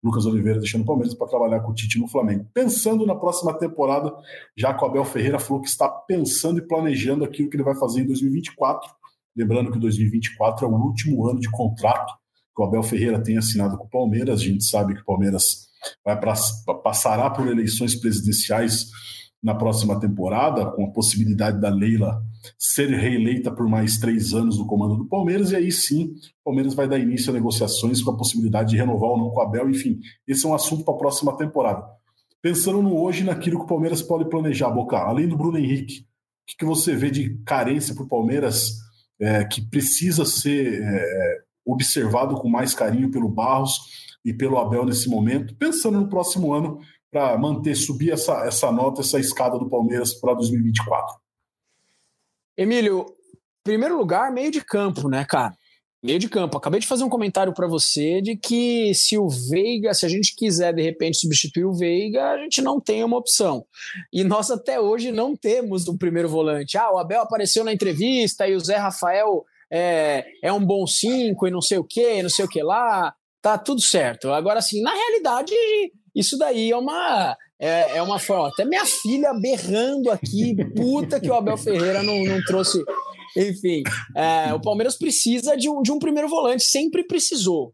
Para trabalhar com o Tite no Flamengo. Pensando na próxima temporada, já que o Abel Ferreira falou que está pensando e planejando aquilo que ele vai fazer em 2024. Lembrando que 2024 é o último ano de contrato que o Abel Ferreira tem assinado com o Palmeiras. A gente sabe que o Palmeiras passará por eleições presidenciais na próxima temporada, com a possibilidade da Leila ser reeleita por mais 3 anos no comando do Palmeiras, e aí sim o Palmeiras vai dar início a negociações com a possibilidade de renovar ou não com o Abel. Enfim, esse é um assunto para a próxima temporada. Pensando no hoje, naquilo que o Palmeiras pode planejar, Boca, além do Bruno Henrique, o que você vê de carência para o Palmeiras que precisa ser observado com mais carinho pelo Barros e pelo Abel nesse momento, pensando no próximo ano para subir essa nota, essa escada do Palmeiras para 2024? Emílio, primeiro lugar, meio de campo, né, cara? Meio de campo. Acabei de fazer um comentário para você de que se o Veiga, se a gente quiser de repente substituir o Veiga, a gente não tem uma opção. E nós até hoje não temos um primeiro volante. O Abel apareceu na entrevista e o Zé Rafael é um bom 5 e não sei o que lá. Tá tudo certo. Agora, assim, na realidade, isso daí é uma forma. Até minha filha berrando aqui, puta que o Abel Ferreira não trouxe. Enfim, o Palmeiras precisa de um primeiro volante, sempre precisou,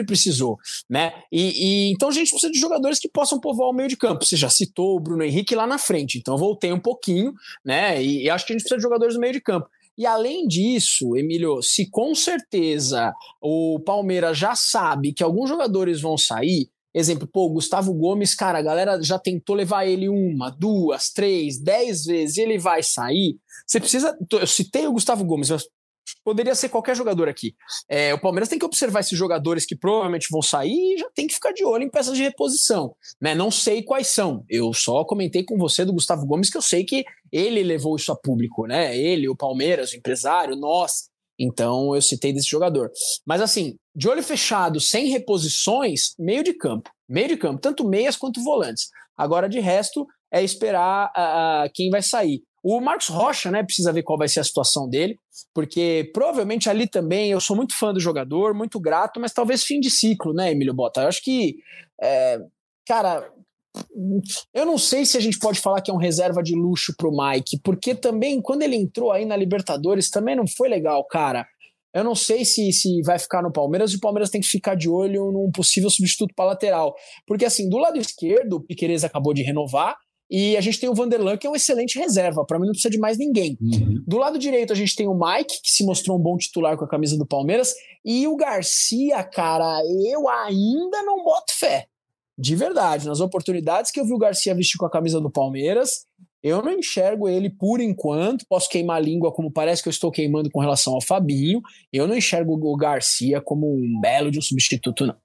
né? E então a gente precisa de jogadores que possam povoar o meio de campo. Você já citou o Bruno Henrique lá na frente, então eu voltei um pouquinho, né? E acho que a gente precisa de jogadores no meio de campo. E além disso, Emílio, se com certeza o Palmeiras já sabe que alguns jogadores vão sair, exemplo, o Gustavo Gomes, cara, a galera já tentou levar ele 1, 2, 3, 10 vezes e ele vai sair. Você precisa. Eu citei o Gustavo Gomes, mas poderia ser qualquer jogador aqui. O Palmeiras tem que observar esses jogadores que provavelmente vão sair e já tem que ficar de olho em peças de reposição, né? Não sei quais são. Eu só comentei com você do Gustavo Gomes, que eu sei que ele levou isso a público, né? Ele, o Palmeiras, o empresário, nós. Então eu citei desse jogador. Mas assim, de olho fechado, sem reposições, meio de campo, tanto meias quanto volantes. Agora, de resto, é esperar quem vai sair. O Marcos Rocha, né, precisa ver qual vai ser a situação dele, porque provavelmente ali também, eu sou muito fã do jogador, muito grato, mas talvez fim de ciclo, né, Emílio Botta? Eu acho que, cara, eu não sei se a gente pode falar que é um reserva de luxo pro Mike, porque também, quando ele entrou aí na Libertadores, também não foi legal, cara. Eu não sei se vai ficar no Palmeiras, e o Palmeiras tem que ficar de olho num possível substituto para lateral, porque assim, do lado esquerdo, o Piquerez acabou de renovar, E a gente tem o Vanderlan, que é um excelente reserva. Para mim não precisa de mais ninguém. Do lado direito a gente tem o Mike, que se mostrou um bom titular com a camisa do Palmeiras. E o Garcia, cara, eu ainda não boto fé. De verdade. Nas oportunidades que eu vi o Garcia vestir com a camisa do Palmeiras, eu não enxergo ele por enquanto. Posso queimar a língua como parece que eu estou queimando com relação ao Fabinho. Eu não enxergo o Garcia como um belo de um substituto, não.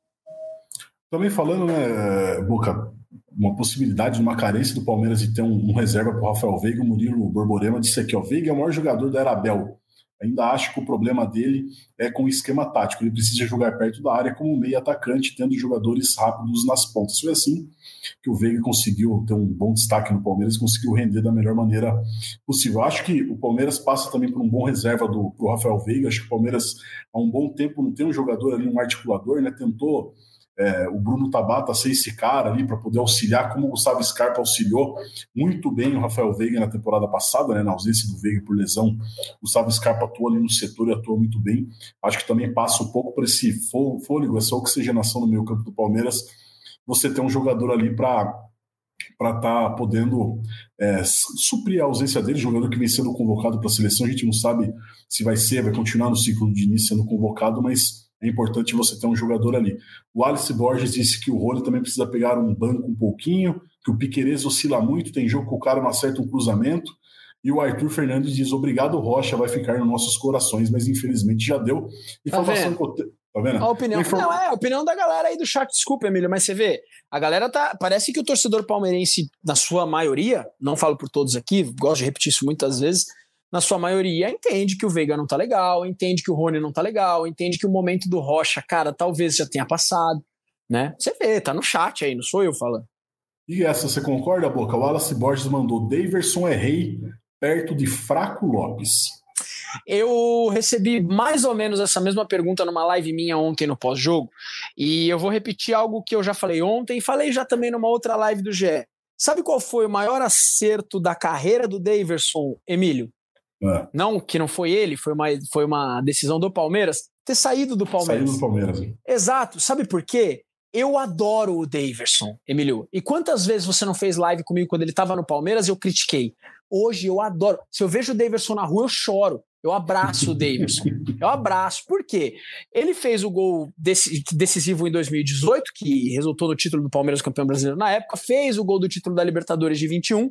Também falando, né, Boca, uma possibilidade, uma carência do Palmeiras de ter um reserva para o Rafael Veiga. O Murilo Borborema disse aqui, ó, Veiga é o maior jogador da era Abel. Ainda acho que o problema dele é com o esquema tático. Ele precisa jogar perto da área como meio atacante, tendo jogadores rápidos nas pontas. Foi assim que o Veiga conseguiu ter um bom destaque no Palmeiras, conseguiu render da melhor maneira possível. Acho que o Palmeiras passa também por um bom reserva pro Rafael Veiga. Acho que o Palmeiras há um bom tempo não tem um jogador ali, um articulador, né? Tentou o Bruno Tabata ser esse cara ali para poder auxiliar, como o Gustavo Scarpa auxiliou muito bem o Rafael Veiga na temporada passada, né, na ausência do Veiga por lesão. O Gustavo Scarpa atuou ali no setor e atuou muito bem. Acho que também passa um pouco por esse fôlego, essa oxigenação no meio campo do Palmeiras, você ter um jogador ali para estar podendo suprir a ausência dele, jogador que vem sendo convocado para a seleção. A gente não sabe se vai continuar no ciclo de início sendo convocado, mas é importante você ter um jogador ali. O Alice Borges disse que o Rony também precisa pegar um banco um pouquinho, que o Piquerez oscila muito, tem jogo que o cara não acerta um cruzamento. E o Arthur Fernandes diz, obrigado, Rocha, vai ficar nos nossos corações, mas infelizmente já deu. Informação tá vendo? A opinião, a opinião da galera aí do chat, desculpa, Emílio, mas você vê, a galera parece que o torcedor palmeirense, na sua maioria, não falo por todos aqui, gosto de repetir isso muitas vezes, na sua maioria, entende que o Veiga não tá legal, entende que o Rony não tá legal, entende que o momento do Rocha, cara, talvez já tenha passado, né? Você vê, tá no chat aí, não sou eu falando. E essa, você concorda, Boca? O Wallace Borges mandou, Daverson é rei perto de Fraco Lopes. Eu recebi mais ou menos essa mesma pergunta numa live minha ontem no pós-jogo, e eu vou repetir algo que eu já falei ontem, e falei já também numa outra live do GE. Sabe qual foi o maior acerto da carreira do Daverson, Emílio? Não, que não foi ele, foi uma decisão do Palmeiras, ter saído do Palmeiras. Saído do Palmeiras. Exato. Sabe por quê? Eu adoro o Daverson, Emílio. E quantas vezes você não fez live comigo quando ele estava no Palmeiras e eu critiquei? Hoje eu adoro. Se eu vejo o Daverson na rua, eu choro. Eu abraço o Daverson. Eu abraço. Por quê? Ele fez o gol decisivo em 2018, que resultou no título do Palmeiras campeão brasileiro na época, fez o gol do título da Libertadores de 21,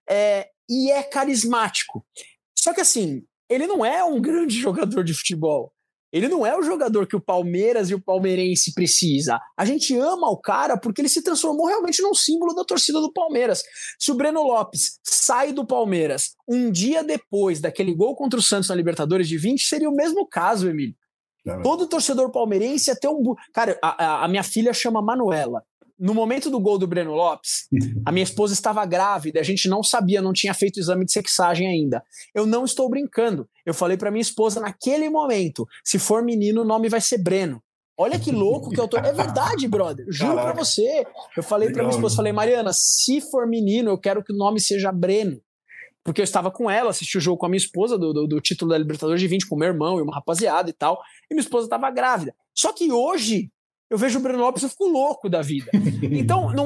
e é carismático. Só que assim, ele não é um grande jogador de futebol. Ele não é o jogador que o Palmeiras e o palmeirense precisa. A gente ama o cara porque ele se transformou realmente num símbolo da torcida do Palmeiras. Se o Breno Lopes sai do Palmeiras um dia depois daquele gol contra o Santos na Libertadores de 20, seria o mesmo caso, Emílio. Todo torcedor palmeirense ia ter um... Cara, a minha filha chama Manuela. No momento do gol do Breno Lopes, a minha esposa estava grávida, a gente não sabia, não tinha feito o exame de sexagem ainda. Eu não estou brincando. Eu falei para minha esposa naquele momento, se for menino, o nome vai ser Breno. Olha que louco que eu tô... É verdade, brother. Juro para você. Eu falei para minha esposa, falei, Mariana, se for menino, eu quero que o nome seja Breno. Porque eu estava com ela, assisti o jogo com a minha esposa do título da Libertadores de 20, com meu irmão e uma rapaziada e tal, e minha esposa estava grávida. Só que hoje... eu vejo o Breno Lopes e eu fico louco da vida. Então, não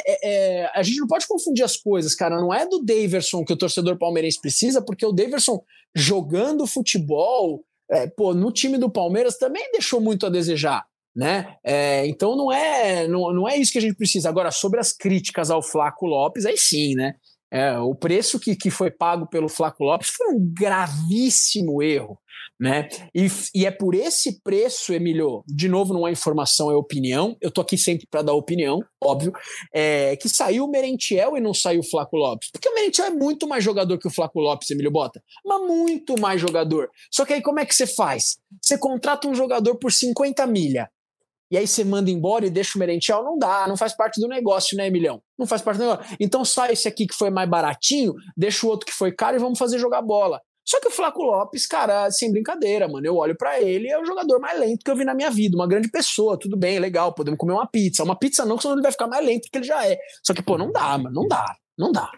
a gente não pode confundir as coisas, cara. Não é do Daverson que o torcedor palmeirense precisa, porque o Daverson jogando futebol, no time do Palmeiras também deixou muito a desejar, né? Então, não é isso que a gente precisa. Agora, sobre as críticas ao Flaco Lopes, aí sim, né? O preço que foi pago pelo Flaco Lopes foi um gravíssimo erro, né? E é por esse preço, Emílio, de novo, não é informação, é opinião, eu tô aqui sempre para dar opinião, óbvio, que saiu o Merentiel e não saiu o Flaco Lopes, porque o Merentiel é muito mais jogador que o Flaco Lopes, Emílio Bota, mas muito mais jogador. Só que aí como é que você faz? Você contrata um jogador por 50 milha, e aí você manda embora e deixa o Merentiel? Não dá, não faz parte do negócio, né, Emilhão? Não faz parte do negócio. Então sai esse aqui que foi mais baratinho, deixa o outro que foi caro e vamos fazer jogar bola. Só que o Flaco Lopes, cara, sem brincadeira, mano, eu olho pra ele, é o jogador mais lento que eu vi na minha vida, uma grande pessoa, tudo bem, legal, podemos comer uma pizza não, senão ele vai ficar mais lento do que ele já é. Só que, não dá, mano, não dá.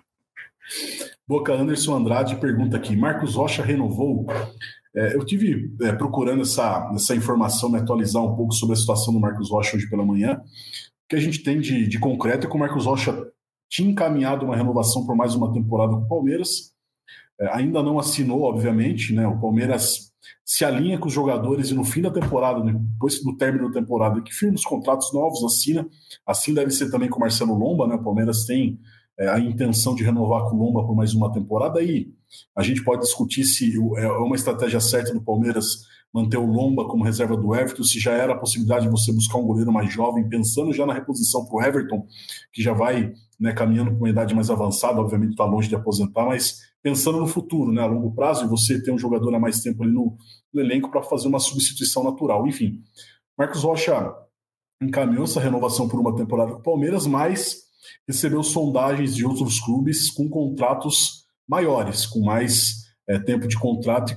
Boca, Anderson Andrade pergunta aqui, Marcos Rocha renovou? Eu tive procurando essa informação, me atualizar um pouco sobre a situação do Marcos Rocha hoje pela manhã. O que a gente tem de concreto é que o Marcos Rocha tinha encaminhado uma renovação por mais uma temporada com o Palmeiras. Ainda não assinou, obviamente, né? O Palmeiras se alinha com os jogadores e no fim da temporada, depois do término da temporada, que firma os contratos novos, assina. Assim deve ser também com o Marcelo Lomba, né? O Palmeiras tem a intenção de renovar com o Lomba por mais uma temporada. Aí a gente pode discutir se é uma estratégia certa do Palmeiras manter o Lomba como reserva do Everton, se já era a possibilidade de você buscar um goleiro mais jovem, pensando já na reposição para o Everton, que já vai, né, caminhando com uma idade mais avançada, obviamente está longe de aposentar, mas pensando no futuro, né, a longo prazo, e você ter um jogador há mais tempo ali no elenco para fazer uma substituição natural. Enfim, Marcos Rocha encaminhou essa renovação por uma temporada com o Palmeiras, mas recebeu sondagens de outros clubes com contratos maiores, com mais tempo de contrato,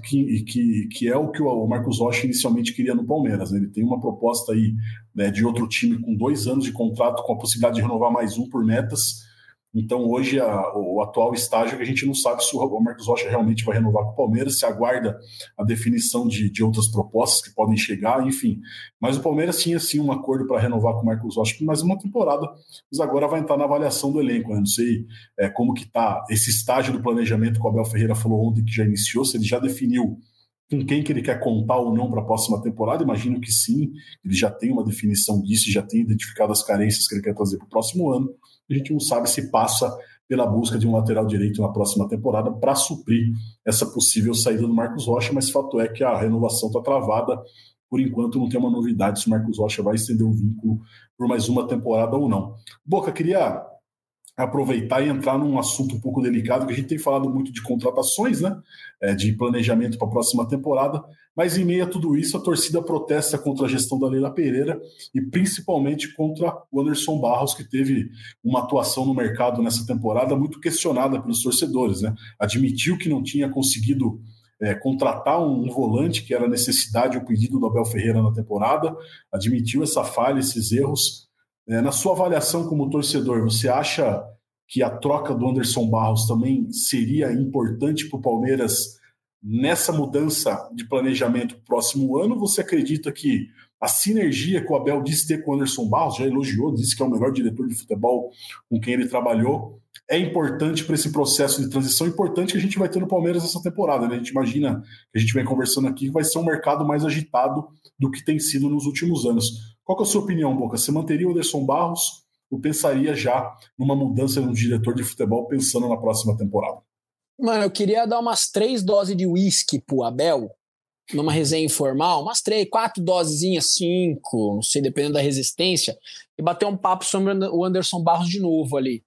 que é o que o Marcos Rocha inicialmente queria no Palmeiras. Ele tem uma proposta aí, né, de outro time com 2 anos de contrato, com a possibilidade de renovar mais um por metas. Então hoje o atual estágio é que a gente não sabe se o Marcos Rocha realmente vai renovar com o Palmeiras, se aguarda a definição de outras propostas que podem chegar, enfim. Mas o Palmeiras tinha sim um acordo para renovar com o Marcos Rocha por mais uma temporada, mas agora vai entrar na avaliação do elenco. Eu não sei como que está esse estágio do planejamento que o Abel Ferreira falou ontem que já iniciou, se ele já definiu com quem que ele quer contar ou não para a próxima temporada. Imagino que sim, ele já tem uma definição disso, já tem identificado as carências que ele quer trazer para o próximo ano. A gente não sabe se passa pela busca de um lateral direito na próxima temporada para suprir essa possível saída do Marcos Rocha, mas fato é que a renovação está travada. Por enquanto não tem uma novidade se o Marcos Rocha vai estender o vínculo por mais uma temporada ou não. Boca, queria aproveitar e entrar num assunto um pouco delicado, que a gente tem falado muito de contratações, né, de planejamento para a próxima temporada, mas em meio a tudo isso a torcida protesta contra a gestão da Leila Pereira e principalmente contra o Anderson Barros, que teve uma atuação no mercado nessa temporada muito questionada pelos torcedores, né? Admitiu que não tinha conseguido contratar um volante, que era a necessidade, o pedido do Abel Ferreira na temporada, admitiu essa falha, esses erros. Na sua avaliação como torcedor, você acha que a troca do Anderson Barros também seria importante para o Palmeiras nessa mudança de planejamento para o próximo ano? Você acredita que a sinergia que o Abel disse ter com o Anderson Barros, já elogiou, disse que é o melhor diretor de futebol com quem ele trabalhou, é importante para esse processo de transição, importante que a gente vai ter no Palmeiras essa temporada, né? A gente imagina, que a gente vem conversando aqui, que vai ser um mercado mais agitado do que tem sido nos últimos anos. Qual que é a sua opinião, Boca? Você manteria o Anderson Barros ou pensaria já numa mudança no diretor de futebol pensando na próxima temporada? Mano, eu queria dar umas 3 doses de uísque pro Abel, numa resenha informal, umas 3, 4 dosezinhas, 5, não sei, dependendo da resistência, e bater um papo sobre o Anderson Barros de novo ali.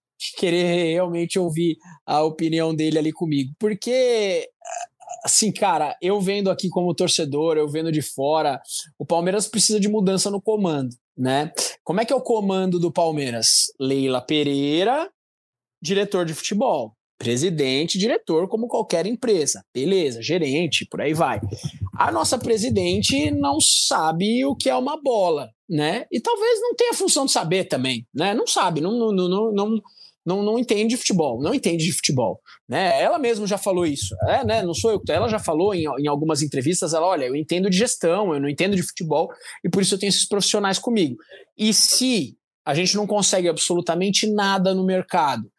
Querer realmente ouvir a opinião dele ali comigo. Porque, assim, cara, eu vendo aqui como torcedor, eu vendo de fora, o Palmeiras precisa de mudança no comando, né? Como é que é o comando do Palmeiras? Leila Pereira, diretor de futebol. Presidente, diretor, como qualquer empresa. Beleza, gerente, por aí vai. A nossa presidente não sabe o que é uma bola, né? E talvez não tenha função de saber também, né? Não sabe, não entende de futebol, não entende de futebol, né? Ela mesma já falou isso, né? Não sou eu, ela já falou em algumas entrevistas, olha, eu entendo de gestão, eu não entendo de futebol e por isso eu tenho esses profissionais comigo. E se a gente não consegue absolutamente nada no mercado,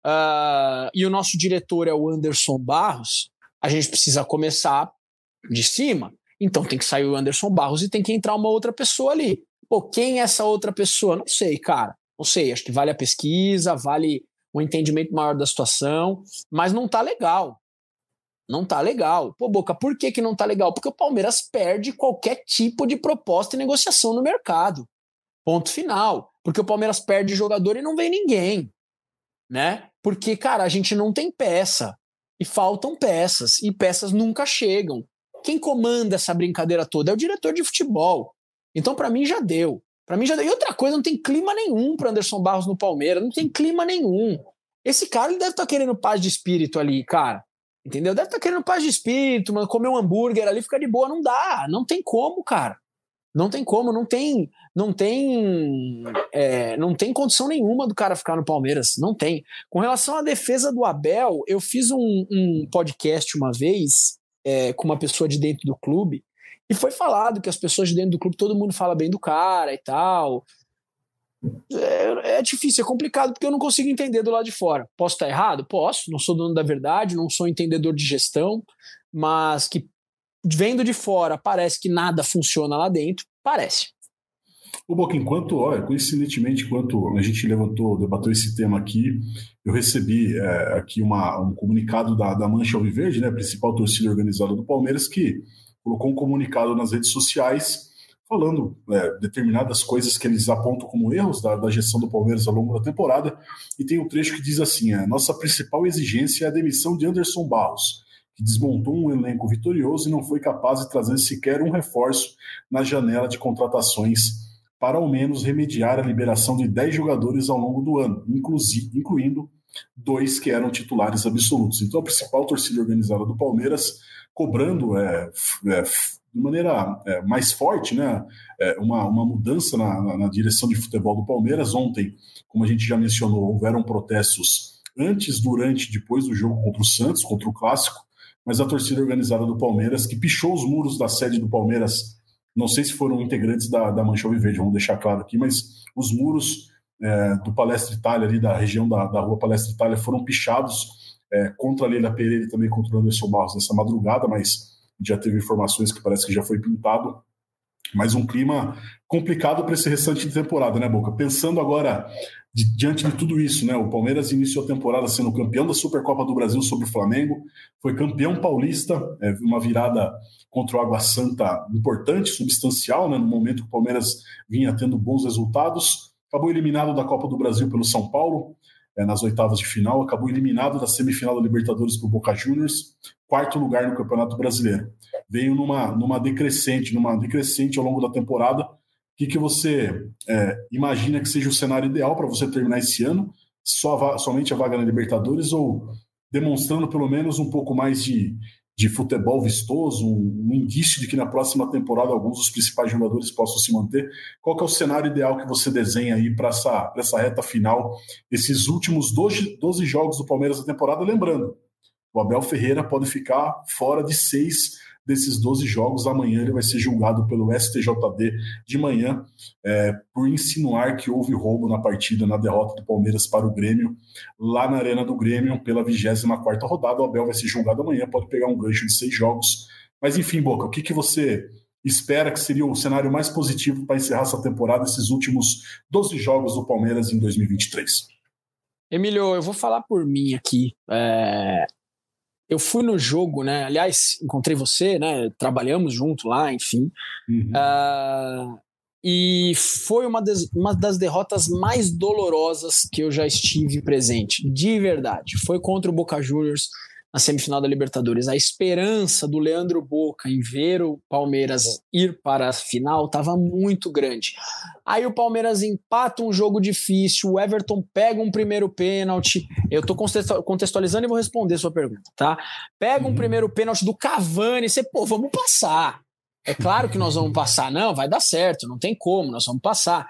e o nosso diretor é o Anderson Barros, a gente precisa começar de cima. Então tem que sair o Anderson Barros e tem que entrar uma outra pessoa ali. Pô, quem é essa outra pessoa? Não sei, cara. Não sei, acho que vale a pesquisa, vale um entendimento maior da situação, mas não tá legal. Não tá legal. Pô, Boca, por que não tá legal? Porque o Palmeiras perde qualquer tipo de proposta e negociação no mercado. Ponto final. Porque o Palmeiras perde jogador e não vem ninguém, né? Porque, cara, a gente não tem peça e faltam peças e peças nunca chegam. Quem comanda essa brincadeira toda é o diretor de futebol. Então, pra mim, já deu. E outra coisa, não tem clima nenhum para Anderson Barros no Palmeiras, não tem clima nenhum. Esse cara, ele deve estar querendo paz de espírito ali, cara, entendeu? Deve estar querendo paz de espírito, mano, comer um hambúrguer ali, ficar de boa, não dá, não tem como, cara. Não tem como, não tem condição nenhuma do cara ficar no Palmeiras, não tem. Com relação à defesa do Abel, eu fiz um podcast uma vez com uma pessoa de dentro do clube, e foi falado que as pessoas de dentro do clube, todo mundo fala bem do cara e tal. É difícil, é complicado, porque eu não consigo entender do lado de fora. Posso estar errado? Posso, não sou dono da verdade, não sou entendedor de gestão, mas que vendo de fora parece que nada funciona lá dentro, parece. Ô Boca, coincidentemente, enquanto a gente debateu esse tema aqui, eu recebi aqui um comunicado da Mancha Alviverde, né, a principal torcida organizada do Palmeiras, que colocou um comunicado nas redes sociais falando determinadas coisas que eles apontam como erros da gestão do Palmeiras ao longo da temporada, e tem um trecho que diz assim: nossa principal exigência é a demissão de Anderson Barros, que desmontou um elenco vitorioso e não foi capaz de trazer sequer um reforço na janela de contratações para ao menos remediar a liberação de 10 jogadores ao longo do ano, incluindo 2 que eram titulares absolutos. Então a principal torcida organizada do Palmeiras cobrando de maneira mais forte, né, uma mudança na direção de futebol do Palmeiras. Ontem, como a gente já mencionou, houveram protestos antes, durante e depois do jogo contra o Santos, contra o Clássico, mas a torcida organizada do Palmeiras, que pichou os muros da sede do Palmeiras, não sei se foram integrantes da Mancha Alviverde, vamos deixar claro aqui, mas os muros do Palestra Itália, ali da região da rua Palestra Itália, foram pichados contra a Leila Pereira e também contra o Anderson Barros nessa madrugada, mas já teve informações que parece que já foi pintado. Mas um clima complicado para esse restante de temporada, né, Boca? Pensando agora, diante de tudo isso, né, o Palmeiras iniciou a temporada sendo campeão da Supercopa do Brasil sobre o Flamengo, foi campeão paulista, uma virada contra o Água Santa importante, substancial, né, no momento que o Palmeiras vinha tendo bons resultados, acabou eliminado da Copa do Brasil pelo São Paulo, nas oitavas de final, acabou eliminado da semifinal da Libertadores por Boca Juniors, 4º lugar no Campeonato Brasileiro. Veio numa decrescente ao longo da temporada. O que você imagina que seja o cenário ideal para você terminar esse ano? Somente a vaga na Libertadores, ou demonstrando pelo menos um pouco mais de futebol vistoso, um indício de que na próxima temporada alguns dos principais jogadores possam se manter? Qual que é o cenário ideal que você desenha aí para essa reta final, esses últimos 12 jogos do Palmeiras da temporada? Lembrando, o Abel Ferreira pode ficar fora de 6 desses 12 jogos. Amanhã ele vai ser julgado pelo STJD de manhã por insinuar que houve roubo na partida, na derrota do Palmeiras para o Grêmio, lá na Arena do Grêmio, pela 24ª rodada. O Abel vai ser julgado amanhã, pode pegar um gancho de 6 jogos. Mas enfim, Boca, o que você espera que seria o cenário mais positivo para encerrar essa temporada, esses últimos 12 jogos do Palmeiras em 2023? Emílio, eu vou falar por mim aqui. Eu fui no jogo, né? Aliás, encontrei você, né? Trabalhamos junto lá, enfim. Uhum. E foi uma das derrotas mais dolorosas que eu já estive presente, de verdade. Foi contra o Boca Juniors na semifinal da Libertadores. A esperança do Leandro Boca em ver o Palmeiras ir para a final estava muito grande. Aí o Palmeiras empata um jogo difícil, o Everton pega um primeiro pênalti. Eu estou contextualizando e vou responder sua pergunta, tá? Pega um primeiro pênalti do Cavani, vamos passar. É claro que nós vamos passar. Não, vai dar certo, não tem como, nós vamos passar.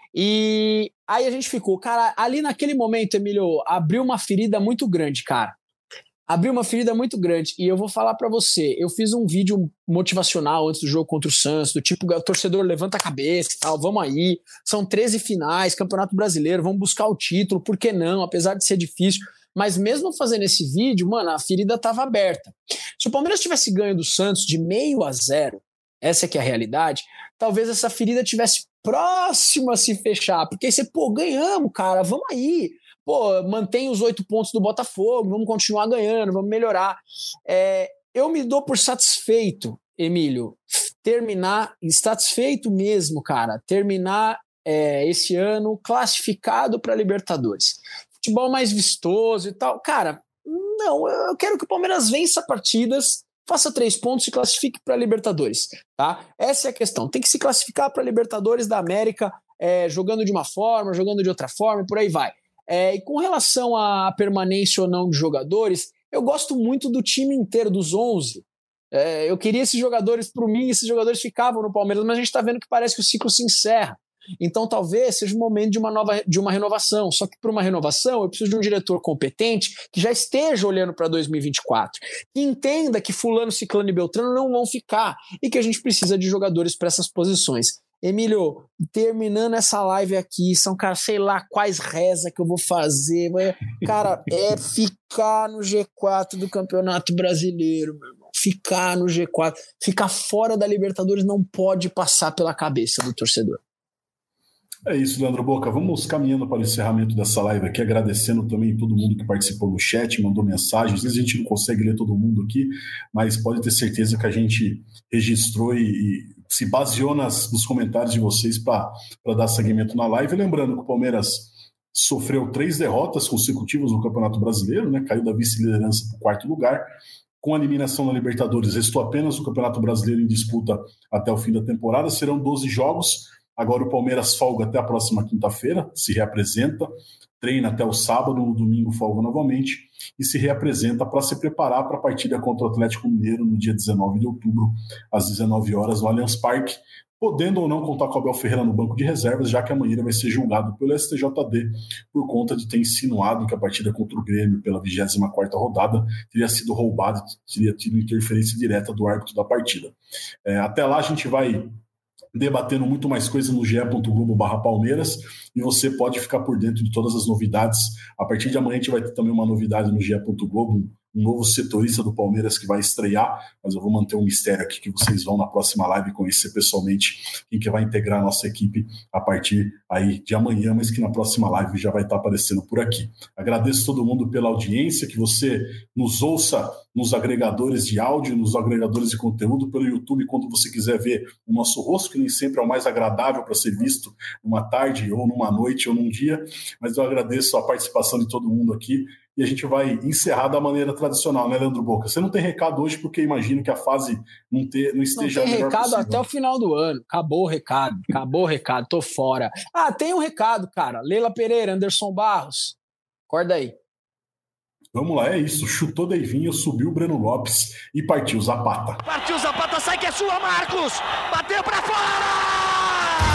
E aí a gente ficou, cara, ali naquele momento, Emílio, abriu uma ferida muito grande, cara. Abriu uma ferida muito grande. E eu vou falar pra você, eu fiz um vídeo motivacional antes do jogo contra o Santos, do tipo, o torcedor levanta a cabeça e tal, vamos aí, são 13 finais, Campeonato Brasileiro, vamos buscar o título, por que não, apesar de ser difícil. Mas mesmo fazendo esse vídeo, mano, a ferida tava aberta. Se o Palmeiras tivesse ganho do Santos de 0-0, essa que é a realidade, talvez essa ferida tivesse próxima a se fechar, porque aí você, ganhamos, cara, vamos aí, mantém os 8 pontos do Botafogo, vamos continuar ganhando, vamos melhorar. Eu me dou por satisfeito, Emílio, satisfeito mesmo, cara, terminar esse ano classificado para Libertadores. Futebol mais vistoso e tal, cara, não, eu quero que o Palmeiras vença partidas, faça 3 pontos e se classifique para Libertadores, tá? Essa é a questão, tem que se classificar para Libertadores da América, jogando de uma forma, jogando de outra forma, e por aí vai. E com relação à permanência ou não de jogadores, eu gosto muito do time inteiro, dos 11. Eu queria esses jogadores, por mim, esses jogadores ficavam no Palmeiras, mas a gente está vendo que parece que o ciclo se encerra. Então talvez seja o momento de uma renovação. Só que para uma renovação eu preciso de um diretor competente que já esteja olhando para 2024, que entenda que fulano, ciclano e beltrano não vão ficar e que a gente precisa de jogadores para essas posições. Emílio, terminando essa live aqui, são, cara, sei lá quais reza que eu vou fazer, mas, cara, é ficar no G4 do Campeonato Brasileiro, meu irmão. Ficar no G4, ficar fora da Libertadores não pode passar pela cabeça do torcedor. É isso, Leandro Boca. Vamos caminhando para o encerramento dessa live aqui, agradecendo também todo mundo que participou no chat, mandou mensagens. Às vezes a gente não consegue ler todo mundo aqui, mas pode ter certeza que a gente registrou e se baseou nos comentários de vocês para dar seguimento na live. Lembrando que o Palmeiras sofreu 3 derrotas consecutivas no Campeonato Brasileiro, né? Caiu da vice-liderança para o 4º lugar. Com a eliminação na Libertadores, restou apenas o Campeonato Brasileiro em disputa até o fim da temporada. Serão 12 jogos. Agora o Palmeiras folga até a próxima quinta-feira, se reapresenta, treina até o sábado, no domingo folga novamente e se reapresenta para se preparar para a partida contra o Atlético Mineiro no dia 19 de outubro, às 19 horas, no Allianz Parque, podendo ou não contar com o Abel Ferreira no banco de reservas, já que amanhã ele vai ser julgado pelo STJD por conta de ter insinuado que a partida contra o Grêmio pela 24ª rodada teria sido roubada, teria tido interferência direta do árbitro da partida. Até lá a gente vai debatendo muito mais coisa no ge.globo/Palmeiras e você pode ficar por dentro de todas as novidades. A partir de amanhã a gente vai ter também uma novidade no ge.globo, um novo setorista do Palmeiras que vai estrear, mas eu vou manter um mistério aqui que vocês vão na próxima live conhecer pessoalmente quem que vai integrar a nossa equipe a partir aí de amanhã, mas que na próxima live já vai estar aparecendo por aqui. Agradeço todo mundo pela audiência, que você nos ouça nos agregadores de áudio, nos agregadores de conteúdo, pelo YouTube, quando você quiser ver o nosso rosto, que nem sempre é o mais agradável para ser visto numa tarde, ou numa noite, ou num dia, mas eu agradeço a participação de todo mundo aqui, e a gente vai encerrar da maneira tradicional, né, Leandro Boca? Você não tem recado hoje, porque imagino que a fase não esteja não tem melhor recado possível. Até o final do ano. Acabou o recado, tô fora. Tem um recado, cara. Leila Pereira, Anderson Barros. Acorda aí. Vamos lá, é isso. Chutou Deivinho, subiu o Breno Lopes e partiu Zapata. Partiu Zapata, sai que é sua, Marcos! Bateu pra fora!